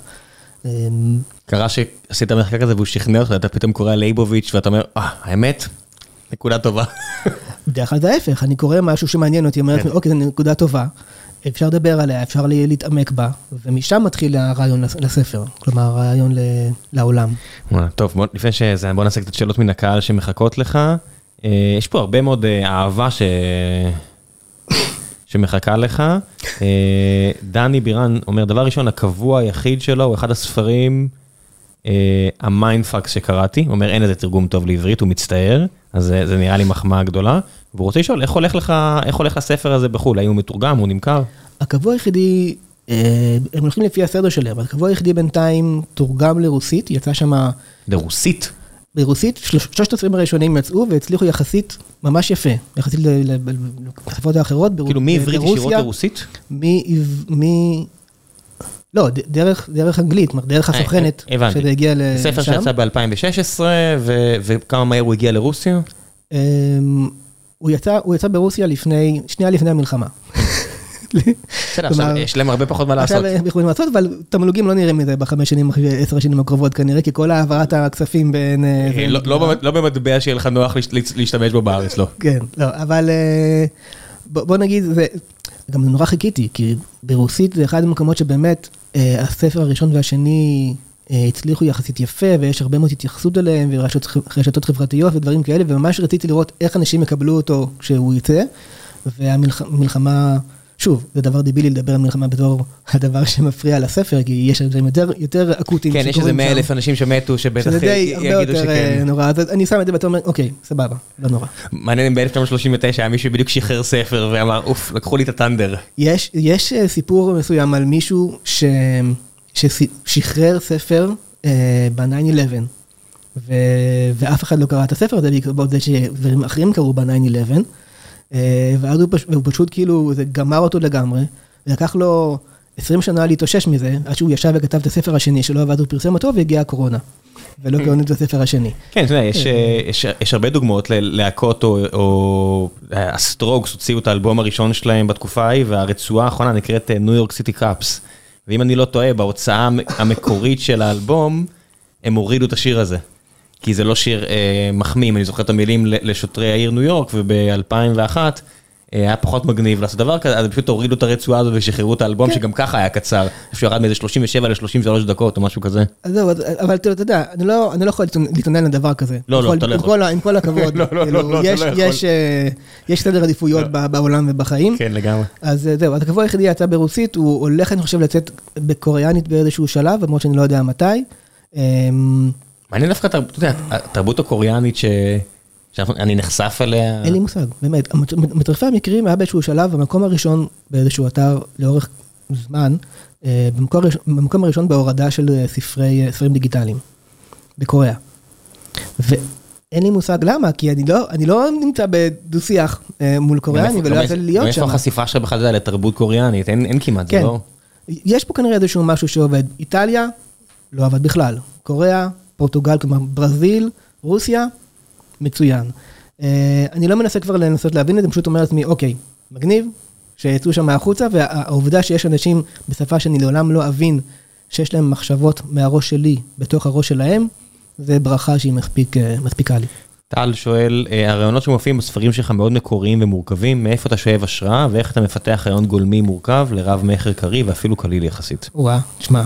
קרה שעשית מחקר כזה והוא שכנע אותך, אתה פתאום קורא לייבוביץ' ואתה אומר, אה, האמת, נקודה טובה. בדרך כלל זה ההפך, אני קורא משהו שמעניין אותי, אומרת, אוקיי, זו נקודה טובה, אפשר לדבר עליה, אפשר להתעמק בה, ומשם מתחיל הרעיון לספר, כלומר, הרעיון לעולם. טוב, לפני שזה, בוא נעשה קצת שאלות מן הקהל שמחכות לך. יש פה הרבה מאוד אהבה ש... שמחכה לך. דני בירן אומר, דבר ראשון, הקבוע היחיד שלו, הוא אחד הספרים, המיינדפאקס שקראתי, הוא אומר, אין איזה תרגום טוב לעברית, הוא מצטער, אז זה, זה נראה לי מחמאה גדולה, והוא רוצה לשאול, איך הולך לך, איך הולך לספר הזה בחול? האם הוא מתורגם, הוא נמכר? הקבוע היחידי, הם הולכים לפי הסדר שלהם, אבל הקבוע היחידי בינתיים תורגם לרוסית, יצא שמה... לרוסית? ברוסית, שלושת הספרים הראשונים יצאו והצליחו יחסית ממש יפה, יחסית לשפות האחרות. כאילו מי עברית ישירות לרוסית? מי... לא, דרך אנגלית, דרך הסוכנת, שזה הגיע לשם. ספר שיצא ב-אלפיים ושש עשרה, וכמה מהר הוא הגיע לרוסיה? הוא יצא ברוסיה לפני, שנייה לפני המלחמה. עכשיו יש להם הרבה פחות מה לעשות. עכשיו יכולים לעשות, אבל תמלוגים לא נראים מזה בחמש שנים, עשר השנים הקרובות כנראה, כי כל העברת הכספים בין... לא במטבע שיהיה לך נוח להשתמש בו בארץ, לא. כן, לא, אבל בוא נגיד, גם נורא חיכיתי, כי ברוסית זה אחד המקומות שבאמת הספר הראשון והשני הצליחו יחסית יפה, ויש הרבה מאוד התייחסות אליהם, ורשתות חברתיות ודברים כאלה, וממש רציתי לראות איך אנשים יקבלו אותו כשהוא יצא, והמלחמה, שוב, זה דבר דיבילי לדבר על מלחמה בתור הדבר שמפריע לספר, כי יש דברים יותר, יותר אקוטיים. כן, יש איזה מאה אלף אנשים שמתו, שבטח יגידו שכן. נורא, אז אני שם את זה ואתה אומר, אוקיי, סבבה, לא נורא. מעניין אם ב-אלף תשע מאות שלושים ותשע היה מישהו בדיוק שחרר ספר ואמר, אוף, לקחו לי את הטנדר. יש, יש סיפור מסוים על מישהו ש... ששחרר ספר ב-ניין אלוון, ואף אחד לא קרא את הספר הזה, בעקבות זה שדברים אחרים קראו ב-ניין אלוון, ואז הוא פשוט כאילו, זה גמר אותו לגמרי, לקח לו עשרים שנה להתאושש מזה, עד שהוא ישב וכתב את הספר השני שלו, ואז הוא פרסם אותו והגיע הקורונה, ולא קראנו את הספר השני. כן, אתה יודע, יש הרבה דוגמאות ללהקות, או הסטרוקס הוציאו את האלבום הראשון שלהם בתקופה ההיא, והרצועה האחרונה נקראת ניו יורק סיטי קאפס, ואם אני לא טועה, בהוצאה המקורית של האלבום, הם הורידו את השיר הזה. כי זה לא שיר אה, מחמים, אני זוכר את המילים לשוטרי העיר ניו יורק, וב-אלפיים ואחת אה, היה פחות מגניב לעשות דבר כזה, אז פשוט הורידו את הרצועה הזו ושחררו את האלבום, כן. שגם ככה היה קצר. אפשר ירד מאיזה שלושים ושבע ל-שלושים ושלוש דקות או משהו כזה. אז זהו, אבל אתה יודע, אני לא, אני לא יכול להתעונן לדבר כזה. לא, לא, אתה לא יכול. עם כל הכבוד, לא, לא, לא, לא, יש, יש, יש סדר עדיפויות בעולם ובחיים. כן, לגמרי. אז זהו, התקבוע היחידי יצא ברוסית, הוא הולך, אני חושב, לצאת בקוריאנית באיזשהו שלב, למרות שאני לא יודע מתי. מעניין דווקא, אתה יודע, התרבות הקוריאנית שאני נחשף אליה... אין לי מושג, באמת. מטרפי המקרים היה באיזשהו שלב, במקום הראשון באיזשהו אתר לאורך זמן, במקום הראשון בהורדה של ספרים דיגיטליים, בקוריאה. ואין לי מושג למה, כי אני לא, אני לא נמצא בדו-שיח מול קוריאני, ולא יצא לי להיות שם. מאיפה החשיפה שלך בכלל זה לתרבות קוריאנית? אין כמעט, זה לא... יש פה כנראה איזשהו משהו שעובד. איטליה, לא עבד בכלל. קוריאה, פורטוגל, כלומר ברזיל, רוסיה, מצוין. אני לא מנסה כבר לנסות להבין את זה, פשוט אומר לעצמי, אוקיי, מגניב, שיצאו שם מהחוצה, והעובדה שיש אנשים בשפה שאני לעולם לא אבין, שיש להם מחשבות מהראש שלי, בתוך הראש שלהם, זה ברכה שהיא מספיק, מספיקה לי. טל שואל, הרעיונות שמופיעים בספרים שלך מאוד מקוריים ומורכבים, מאיפה אתה שואב השראה, ואיך אתה מפתח רעיון גולמי מורכב, לרב מחר קרי, ואפילו קליל יחסית? וואה, תשמע.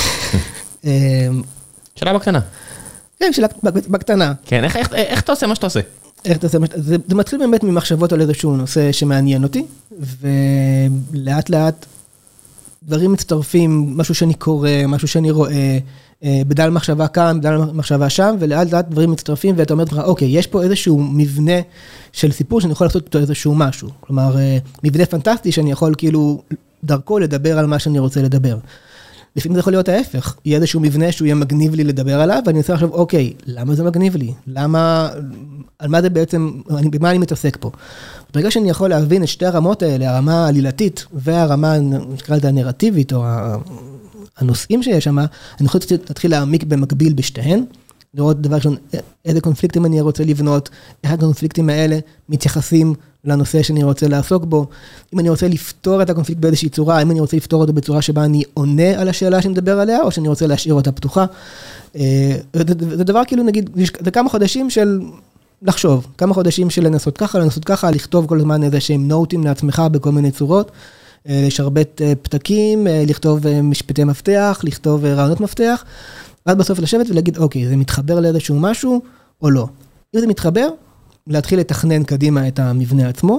שאלה בקטנה. כן, שאלה בקטנה. כן, איך, איך, איך אתה עושה מה שאתה עושה? איך אתה עושה מה שאתה... זה, זה מתחיל באמת ממחשבות על איזשהו נושא שמעניין אותי, ולאט לאט דברים מצטרפים, משהו שאני קורא, משהו שאני רואה, בדל מחשבה כאן, בדל מחשבה שם, ולאט לאט דברים מצטרפים, ואתה אומר לך, אוקיי, יש פה איזשהו מבנה של סיפור שאני יכול לעשות איתו איזשהו משהו. כלומר, מבנה פנטסטי שאני יכול כאילו דרכו לדבר על מה שאני רוצה לדבר. לפעמים זה יכול להיות ההפך, יהיה איזשהו מבנה שהוא יהיה מגניב לי לדבר עליו, ואני רוצה לחשוב, אוקיי, למה זה מגניב לי? למה, על מה זה בעצם, במה אני מתעסק פה? ברגע שאני יכול להבין את שתי הרמות האלה, הרמה העלילתית והרמה, נקרא לזה הנרטיבית, או הנושאים שיש שם, אני יכול להתחיל להעמיק במקביל בשתיהן, לראות דבר ראשון, איזה קונפליקטים אני רוצה לבנות, איך הקונפליקטים האלה מתייחסים לנושא שאני רוצה לעסוק בו, אם אני רוצה לפתור את הקונפליקט באיזושהי צורה, אם אני רוצה לפתור אותו בצורה שבה אני עונה על השאלה שאני מדבר עליה, או שאני רוצה להשאיר אותה פתוחה. זה דבר כאילו, נגיד, זה כמה חודשים של לחשוב, כמה חודשים של לנסות ככה, לנסות ככה, לכתוב כל הזמן איזה שהם נוטים לעצמך בכל מיני צורות, לשרבט פתקים, לכתוב משפטי מפתח, לכתוב רעיונות מפתח, ועד בסוף לשבת ולהגיד, אוקיי, זה מתחבר לאיזשהו משהו או לא. אם זה מתחבר, להתחיל לתכנן קדימה את המבנה עצמו,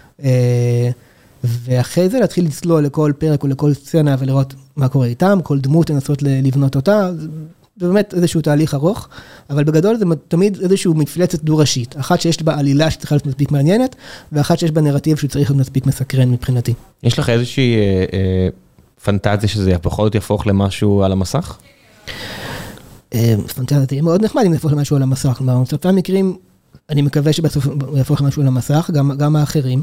ואחרי זה להתחיל לצלול לכל פרק או לכל סצנה ולראות מה קורה איתם, כל דמות לנסות לבנות אותה, זה באמת איזשהו תהליך ארוך, אבל בגדול זה תמיד איזשהו מפלצת דו-ראשית, אחת שיש בה עלילה שצריכה להיות מספיק מעניינת, ואחת שיש בה נרטיב שצריך להיות מספיק מסקרן מבחינתי. יש לך איזושהי פנטזיה שזה פחות יהפוך למשהו על המסך? פנטזיה, זה מאוד נחמד אם יהפוך למשהו על המסך, כלומר, בסופי המקרים, אני מקווה שבסוף יהפוך למשהו על המסך, גם, גם האחרים.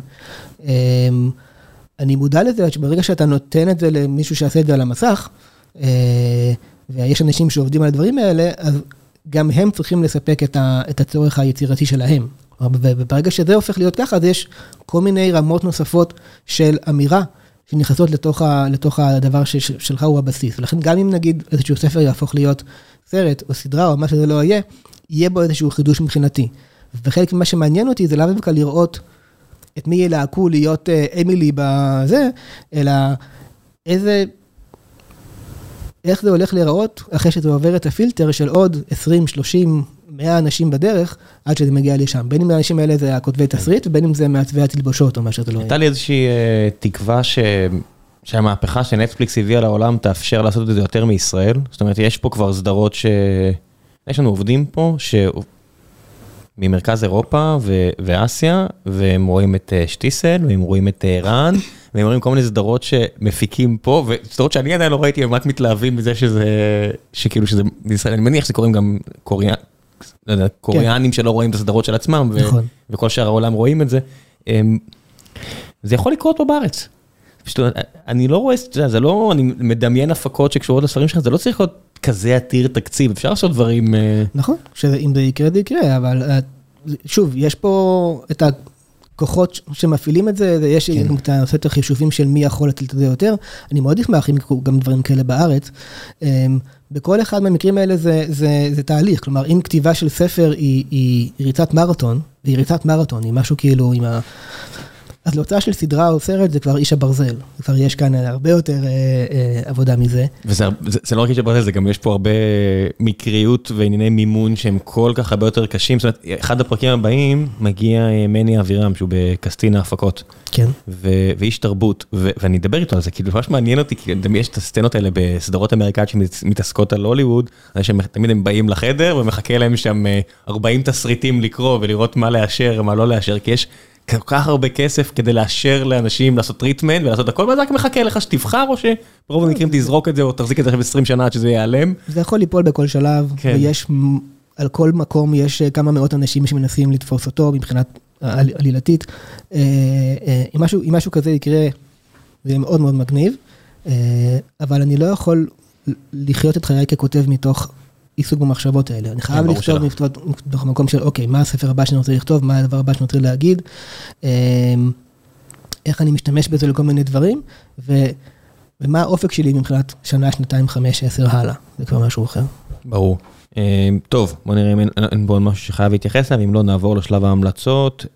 אני מודע לזה, שברגע שאתה נותן את זה למישהו שעשה את זה על המסך, ויש אנשים שעובדים על הדברים האלה, אז גם הם צריכים לספק את, ה, את הצורך היצירתי שלהם. וברגע שזה הופך להיות ככה, אז יש כל מיני רמות נוספות של אמירה, שנכנסות לתוך, ה, לתוך הדבר ש, שלך הוא הבסיס. ולכן גם אם נגיד איזשהו ספר יהפוך להיות סרט או סדרה או מה שזה לא יהיה, יהיה בו איזשהו חידוש מבחינתי. וחלק ממה שמעניין אותי זה לאו דווקא לראות את מי ילהקו להיות אמילי בזה, אלא איזה, איך זה הולך להיראות אחרי שזה עובר את הפילטר של עוד עשרים, שלושים, מאה אנשים בדרך, עד שזה מגיע לשם. בין אם האנשים האלה זה הכותבי תסריט, ובין אם זה מעצבי התלבושות או מה שאתה לא רואה. הייתה לי איזושהי תקווה ש... שהמהפכה שנטפליקס הביאה לעולם תאפשר לעשות את זה יותר מישראל. זאת אומרת, יש פה כבר סדרות ש... יש לנו עובדים פה ש... ממרכז אירופה ו... ואסיה, והם רואים את שטיסל, והם רואים את רן, והם רואים כל מיני סדרות שמפיקים פה, וסדרות שאני עדיין לא ראיתי, הם רק מתלהבים מזה שזה... שכאילו שזה... אני מניח שזה קוראים גם קוריאן... לא יודע, קוריאנים שלא רואים את הסדרות של עצמם, ו... וכל שאר העולם רואים את זה. זה יכול לקרות פה בארץ. אני לא רואה, זה לא, אני מדמיין הפקות שקשורות לספרים שלך, זה לא צריך להיות כזה עתיר תקציב, אפשר לעשות דברים... נכון, שאם זה יקרה, זה יקרה, אבל שוב, יש פה את הכוחות שמפעילים את זה, יש גם את עושה את החישובים של מי יכול לתת את זה יותר, אני מאוד אשמח אם יקרו גם דברים כאלה בארץ, בכל אחד מהמקרים האלה זה, זה, זה תהליך, כלומר, אם כתיבה של ספר היא, היא ריצת מרתון, והיא ריצת מרתון, היא משהו כאילו עם ה... אז להוצאה של סדרה או סרט זה כבר איש הברזל, כבר יש כאן הרבה יותר אה, אה, עבודה מזה. וזה זה, זה לא רק איש הברזל, זה גם יש פה הרבה מקריות וענייני מימון שהם כל כך הרבה יותר קשים, זאת אומרת, אחד הפרקים הבאים מגיע מני אבירם, שהוא בקסטינה הפקות. כן. ו- ואיש תרבות, ו- ואני אדבר איתו על זה, כאילו ממש מעניין אותי, כי יש את הסצנות האלה בסדרות אמריקאיות שמתעסקות על הוליווד, תמיד הם באים לחדר ומחכה להם שם ארבעים תסריטים לקרוא ולראות מה לאשר, מה לא לאשר, כי יש כל כך הרבה כסף כדי לאשר לאנשים לעשות טריטמנט ולעשות הכל, ואז רק מחכה לך שתבחר, או שברוב המקרים תזרוק את זה, או תחזיק את זה עכשיו עשרים שנה עד שזה ייעלם. זה יכול ליפול בכל שלב, ויש, על כל מקום יש כמה מאות אנשים שמנסים לתפוס אותו, מבחינת עלילתית. אם משהו, אם משהו כזה יקרה, זה יהיה מאוד מאוד מגניב, אבל אני לא יכול לחיות את חיי ככותב מתוך עיסוק במחשבות האלה. אני חייב לכתוב מתוך המקום של, אוקיי, מה הספר הבא שאני רוצה לכתוב, מה הדבר הבא שאני רוצה להגיד, איך אני משתמש בזה לכל מיני דברים, ומה האופק שלי מבחינת שנה, שנתיים, חמש, עשר, הלאה. זה כבר משהו אחר. ברור. טוב, בוא נראה אם אין בו משהו שחייב להתייחס לה, ואם לא, נעבור לשלב ההמלצות.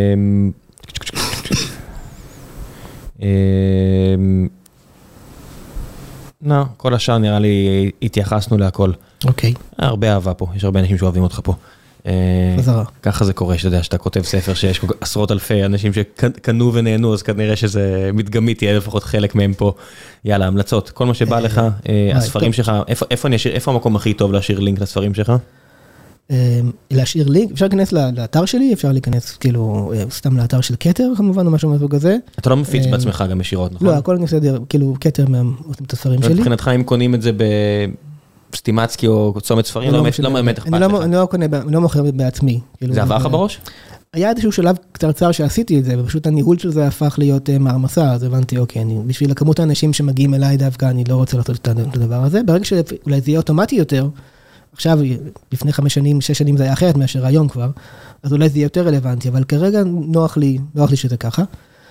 לא, כל השאר נראה לי התייחסנו להכל. אוקיי. הרבה אהבה פה, יש הרבה אנשים שאוהבים אותך פה. חזרה. ככה זה קורה, שאתה יודע, שאתה כותב ספר שיש עשרות אלפי אנשים שקנו ונהנו, אז כנראה שזה מתגמית, תהיה לפחות חלק מהם פה. יאללה, המלצות, כל מה שבא לך, הספרים שלך, איפה המקום הכי טוב להשאיר לינק לספרים שלך? להשאיר לינק, אפשר להיכנס לאתר שלי, אפשר להיכנס כאילו סתם לאתר של כתר כמובן, או משהו מסוג הזה. אתה לא מפיץ בעצמך גם ישירות, נכון? לא, הכל בסדר, כאילו כתר עושים את הספרים שלי. מבחינתך אם קונים את זה בסטימצקי או צומת ספרים, לא באמת אכפת לך. אני לא קונה, אני לא מוכר בעצמי. זה עבר לך בראש? היה איזשהו שלב קצרצר שעשיתי את זה, ופשוט הניהול של זה הפך להיות מעמסה, אז הבנתי, אוקיי, בשביל הכמות האנשים שמגיעים אליי דווקא, אני לא רוצה לעשות את הדבר הזה. ברגע שאולי זה יהיה אוטומטי יותר, עכשיו, לפני חמש שנים, שש שנים זה היה אחרת מאשר היום כבר, אז אולי זה יהיה יותר רלוונטי, אבל כרגע נוח לי, נוח לי שזה ככה.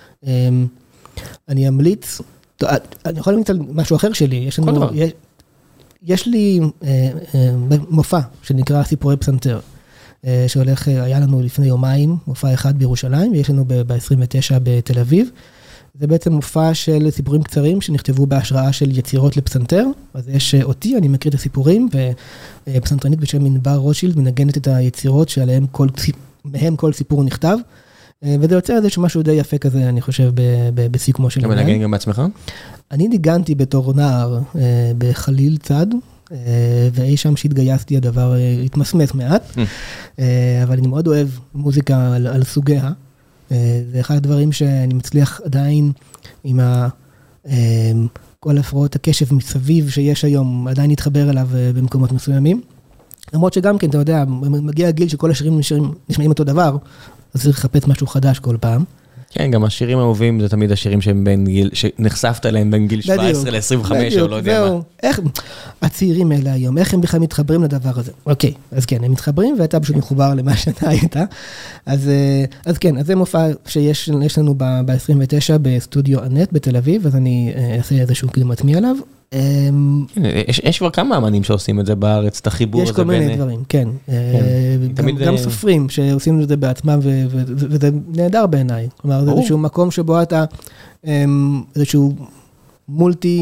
אני אמליץ, אני יכול להמליץ על משהו אחר שלי, יש לנו, יש, יש לי מופע שנקרא סיפורי פסנתר, שהולך, היה לנו לפני יומיים, מופע אחד בירושלים, ויש לנו ב-עשרים ותשע בתל אביב, זה בעצם מופע של סיפורים קצרים שנכתבו בהשראה של יצירות לפסנתר, אז יש אותי, אני מכיר את הסיפורים, ופסנתרנית בשם ענבר רוטשילד מנגנת את היצירות שעליהם כל, מהם כל סיפור נכתב, וזה יוצא איזשהו משהו די יפה כזה, אני חושב, בסיכומו של עניין. אתה מנגן גם בעצמך? אני ניגנתי בתור נער בחליל צד, ואי שם שהתגייסתי הדבר התמסמס מעט, אבל אני מאוד אוהב מוזיקה על, על סוגיה, זה אחד הדברים שאני מצליח עדיין עם ה, כל הפרעות הקשב מסביב שיש היום, עדיין להתחבר אליו במקומות מסוימים. למרות שגם כן, אתה יודע, מגיע הגיל שכל השירים נשמעים, נשמעים אותו דבר, אז צריך לחפש משהו חדש כל פעם. כן, גם השירים האהובים זה תמיד השירים שהם בין גיל, שנחשפת אליהם בין גיל שבע עשרה ל-עשרים וחמש, או לא יודע מה. איך, הצעירים האלה היום, איך הם בכלל מתחברים לדבר הזה? אוקיי, אז כן, הם מתחברים, ואתה פשוט מחובר למה שאתה הייתה. אז, אז כן, אז זה מופע שיש לנו ב-עשרים ותשע בסטודיו אנט בתל אביב, אז אני אעשה איזשהו קידום עצמי עליו. יש כבר כמה אמנים שעושים את זה בארץ, את החיבור הזה יש כל מיני דברים, כן. גם סופרים שעושים את זה בעצמם, וזה נהדר בעיניי. כלומר, זה איזשהו מקום שבו אתה, איזשהו מולטי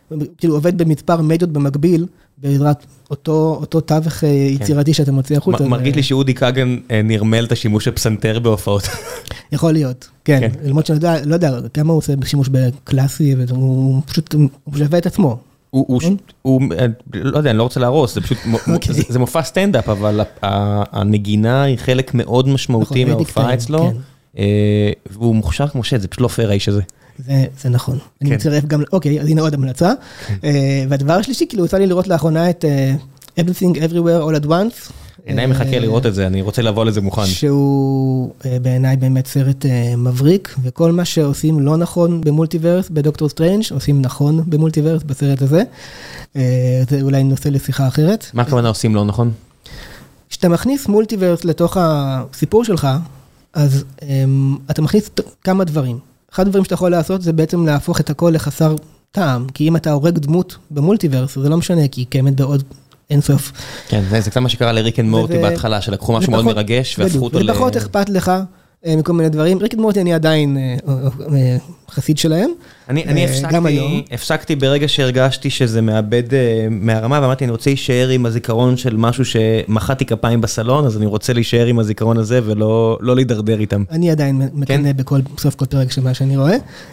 כאילו עובד במספר מדיות במקביל, בעזרת אותו, אותו תווך יצירתי שאתה מוציא החוצה. מרגיש לי שאודי כגן נרמל את השימוש בפסנתר בהופעות. יכול להיות, כן. למרות שאני לא יודע כמה הוא עושה בשימוש בקלאסי, הוא פשוט, הוא שווה את עצמו. הוא, לא יודע, אני לא רוצה להרוס, זה פשוט, זה מופע סטנדאפ, אבל הנגינה היא חלק מאוד משמעותי מההופעה אצלו, והוא מוכשר כמו שד, זה פשוט לא פייר האיש הזה. זה נכון. אני מצטרף גם, אוקיי, אז הנה עוד המלצה. והדבר השלישי, כאילו, יצא לי לראות לאחרונה את Everything Everywhere All at Once. עיניי מחכה לראות את זה, אני רוצה לבוא לזה מוכן. שהוא בעיניי באמת סרט מבריק, וכל מה שעושים לא נכון במולטיברס, בדוקטור סטרנג' עושים נכון במולטיברס בסרט הזה. זה אולי נושא לשיחה אחרת. מה הכוונה עושים לא נכון? כשאתה מכניס מולטיברס לתוך הסיפור שלך, אז אתה מכניס כמה דברים. אחד הדברים שאתה יכול לעשות זה בעצם להפוך את הכל לחסר טעם, כי אם אתה הורג דמות במולטיברס, זה לא משנה, כי היא קיימת בעוד אינסוף. כן, זה קצת מה שקרה לריק אנד מורטי בהתחלה, שלקחו משהו מאוד מרגש, והפכו אותו ל... ופחות אכפת לך מכל מיני דברים. ריק אנד מורטי אני עדיין חסיד שלהם. אני הפסקתי ברגע שהרגשתי שזה מאבד מהרמה, ואמרתי, אני רוצה להישאר עם הזיכרון של משהו שמחאתי כפיים בסלון, אז אני רוצה להישאר עם הזיכרון הזה, ולא להידרדר איתם. אני עדיין מקנא בסוף כל פרק של מה שאני רואה.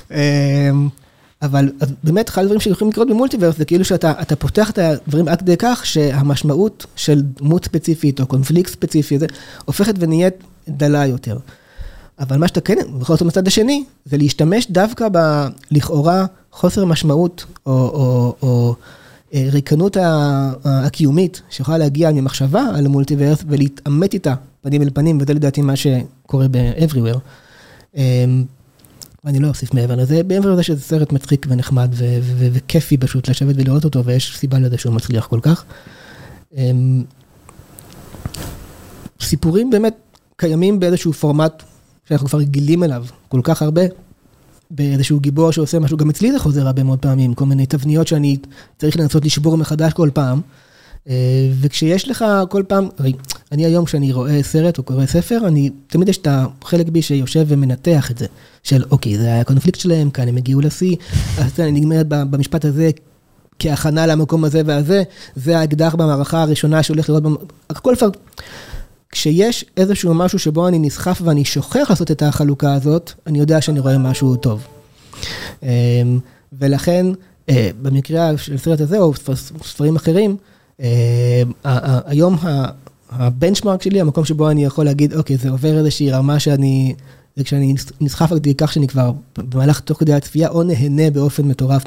אבל באמת, אחד הדברים שיכולים לקרות במולטיברס, זה כאילו שאתה פותח את הדברים עד כדי כך, שהמשמעות של דמות ספציפית, או קונפליקט ספציפי, זה הופכת ונהיית דלה יותר. אבל מה שאתה כן, בכל זאת מצד השני, זה להשתמש דווקא בלכאורה חוסר משמעות, או, או, או ריקנות הקיומית, שיכולה להגיע ממחשבה על המולטיברס, ולהתאמת איתה פנים אל פנים, וזה לדעתי מה שקורה ב-Everywhere. ואני לא אוסיף מעבר לזה, מעבר לזה שזה סרט מצחיק ונחמד וכיפי פשוט לשבת ולראות אותו, ויש סיבה לזה שהוא מצליח כל כך. סיפורים באמת קיימים באיזשהו פורמט שאנחנו כבר רגילים אליו כל כך הרבה, באיזשהו גיבור שעושה משהו, גם אצלי זה חוזר הרבה מאוד פעמים, כל מיני תבניות שאני צריך לנסות לשבור מחדש כל פעם, וכשיש לך כל פעם, אני היום כשאני רואה סרט או קורא ספר, אני תמיד יש את החלק בי שיושב ומנתח את זה, של אוקיי, זה היה הקונפליקט שלהם, כאן הם הגיעו לשיא, הסצנה נגמרת במשפט הזה, כהכנה למקום הזה והזה, זה האקדח במערכה הראשונה שהולך לראות, הכל פעם, כשיש איזשהו משהו שבו אני נסחף ואני שוכח לעשות את החלוקה הזאת, אני יודע שאני רואה משהו טוב. ולכן, במקרה של הסרט הזה, או ספרים אחרים, היום הבנצ'מרק שלי, המקום שבו אני יכול להגיד, אוקיי, זה עובר איזושהי רמה שאני, וכשאני נסחף עד כך שאני כבר במהלך תוך כדי הצפייה, או נהנה באופן מטורף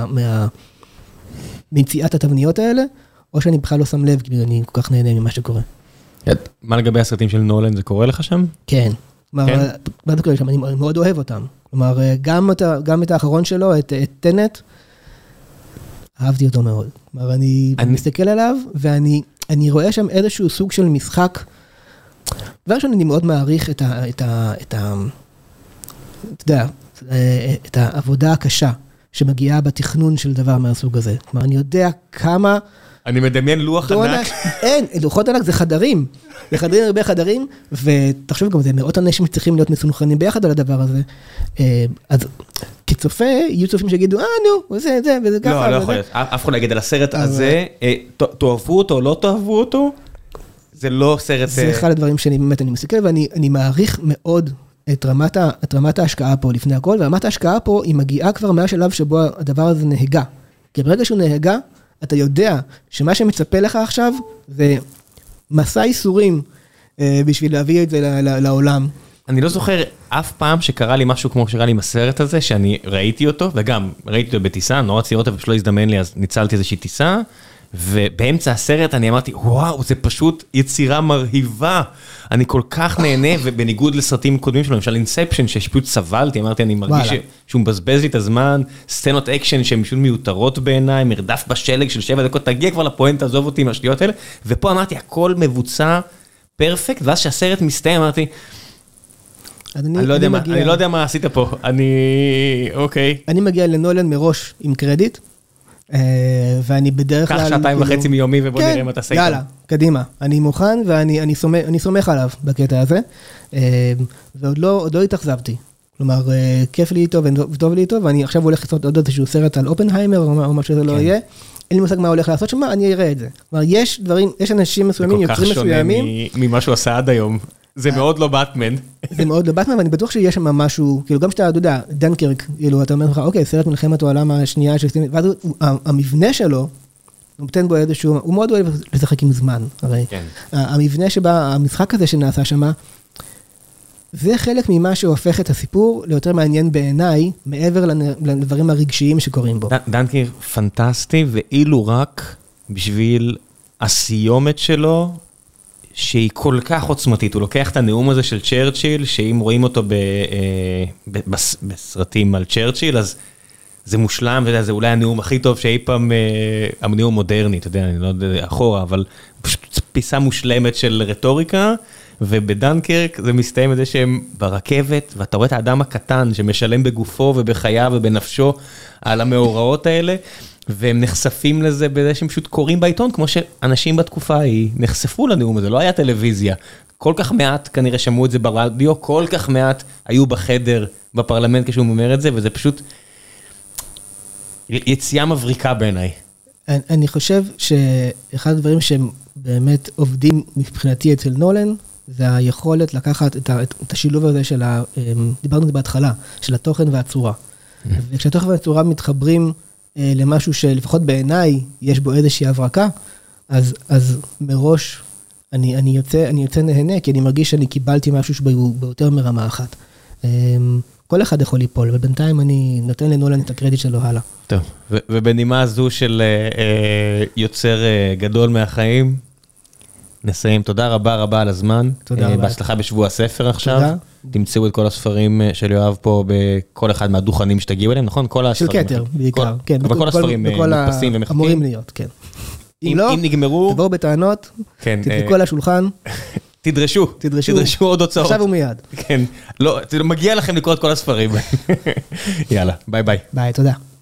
ממציאת התבניות האלה, או שאני בכלל לא שם לב, כי אני כל כך נהנה ממה שקורה. מה לגבי הסרטים של נולן, זה קורה לך שם? כן. מה זה קורה שם? אני מאוד אוהב אותם. כלומר, גם את האחרון שלו, את טנט, אהבתי אותו מאוד. כלומר, אני מסתכל עליו, ואני רואה שם איזשהו סוג של משחק. דבר שאני מאוד מעריך את ה... אתה יודע, את העבודה הקשה שמגיעה בתכנון של דבר מהסוג הזה. כלומר, אני יודע כמה... אני מדמיין לוח ענק. אין, לוחות ענק זה חדרים. זה חדרים הרבה חדרים, ותחשוב גם, זה מאות אנשים שצריכים להיות מסונכרנים ביחד על הדבר הזה. אז כצופה, יהיו צופים שיגידו, אה, נו, זה, זה, וזה ככה. לא, לא יכול להיות. אף אחד לא יגיד על הסרט הזה, תאהבו אותו או לא תאהבו אותו, זה לא סרט... זה אחד הדברים שאני באמת, אני מסתכל, ואני מעריך מאוד את רמת ההשקעה פה לפני הכל, ורמת ההשקעה פה היא מגיעה כבר מהשלב שבו הדבר הזה נהגה. כי ברגע שהוא נהגה, אתה יודע שמה שמצפה לך עכשיו זה מסע איסורים בשביל להביא את זה לעולם. אני לא זוכר אף פעם שקרה לי משהו כמו שקרה לי עם הסרט הזה, שאני ראיתי אותו, וגם ראיתי אותו בטיסה, נורא רציתי אותו ופשוט לא הזדמן לי, אז ניצלתי איזושהי טיסה, ובאמצע הסרט אני אמרתי, וואו, זה פשוט יצירה מרהיבה, אני כל כך נהנה, ובניגוד לסרטים קודמים שלו, למשל אינספשן, שפשוט סבלתי, אמרתי, אני מרגיש שהוא מבזבז לי את הזמן, סצנות אקשן שהן פשוט מיותרות בעיניי, מרדף בשלג של שבע דקות, תגיע כבר לפואנט, תעזוב אותי עם השטויות האלה, ופה אמרתי, הכל מבוצע פרפקט, ואז שהסרט מסתיים, אמרתי, אני לא יודע מה עשית פה, אני, אוקיי. אני מגיע לנולן מראש עם קרדיט, ואני בדרך כלל... קח שעתיים וחצי מיומי ובוא נראה מה תעשה איתו. יאללה, קדימה. אני מוכן ואני סומך עליו בקטע הזה, ועוד לא התאכזבתי. כלומר, כיף לי איתו וטוב לי איתו, ואני עכשיו הולך לעשות עוד איזשהו סרט על אופנהיימר, או מה שזה לא יהיה. אין לי מושג מה הולך לעשות שם, אני אראה את זה. כלומר, יש דברים, יש אנשים מסוימים, יוצרים מסוימים. זה כל כך שונה ממה שהוא עשה עד היום. זה מאוד לא באטמן. זה מאוד לא באטמן, ואני בטוח שיש שם משהו, כאילו גם שאתה, אתה יודע, דנקרק, כאילו, אתה אומר לך, אוקיי, סרט מלחמת העולם השנייה, ואז המבנה שלו, נותן בו איזשהו, הוא מאוד אוהב לשחק עם זמן, הרי. המבנה שבה, המשחק הזה שנעשה שם, זה חלק ממה שהופך את הסיפור ליותר מעניין בעיניי, מעבר לדברים הרגשיים שקורים בו. דנקרק פנטסטי, ואילו רק בשביל הסיומת שלו, שהיא כל כך עוצמתית, הוא לוקח את הנאום הזה של צ'רצ'יל, שאם רואים אותו בסרטים על צ'רצ'יל, אז זה מושלם, וזה אולי הנאום הכי טוב שאי פעם, הנאום מודרני, אתה יודע, אני לא יודע, אחורה, אבל פשוט פיסה מושלמת של רטוריקה, ובדנקרק זה מסתיים את זה שהם ברכבת, ואתה רואה את האדם הקטן שמשלם בגופו ובחייו ובנפשו על המאורעות האלה, והם נחשפים לזה בזה שהם פשוט קוראים בעיתון, כמו שאנשים בתקופה ההיא נחשפו לנאום הזה, לא היה טלוויזיה. כל כך מעט כנראה שמעו את זה ברדיו, כל כך מעט היו בחדר בפרלמנט כשהוא אומר את זה, וזה פשוט יציאה מבריקה בעיניי. אני, אני חושב שאחד הדברים שהם באמת עובדים מבחינתי אצל נולן, זה היכולת לקחת את, ה, את השילוב הזה של, ה, דיברנו על זה בהתחלה, של התוכן והצורה. וכשהתוכן והצורה מתחברים למשהו שלפחות בעיניי יש בו איזושהי הברקה, אז, אז מראש אני, אני, יוצא, אני יוצא נהנה, כי אני מרגיש שאני קיבלתי משהו שהוא ביותר מרמה אחת. כל אחד יכול ליפול, ובינתיים אני נותן לנולן את הקרדיט שלו הלאה. טוב, ו- ובנימה הזו של אה, יוצר אה, גדול מהחיים, נסיים. תודה רבה רבה על הזמן. תודה רבה. בהצלחה בשבוע הספר עכשיו. תודה. תמצאו את כל הספרים של יואב פה בכל אחד מהדוכנים שתגיעו אליהם, נכון? כל הספרים. של כתר, בעיקר. כן, אבל כל הספרים מודפסים ומחכים. אמורים להיות, כן. אם לא, נגמרו... תבואו בטענות, תדפקו על השולחן. תדרשו, תדרשו עוד הוצאות. עכשיו ומיד. כן, לא, מגיע לכם לקרוא את כל הספרים. יאללה, ביי ביי. ביי, תודה.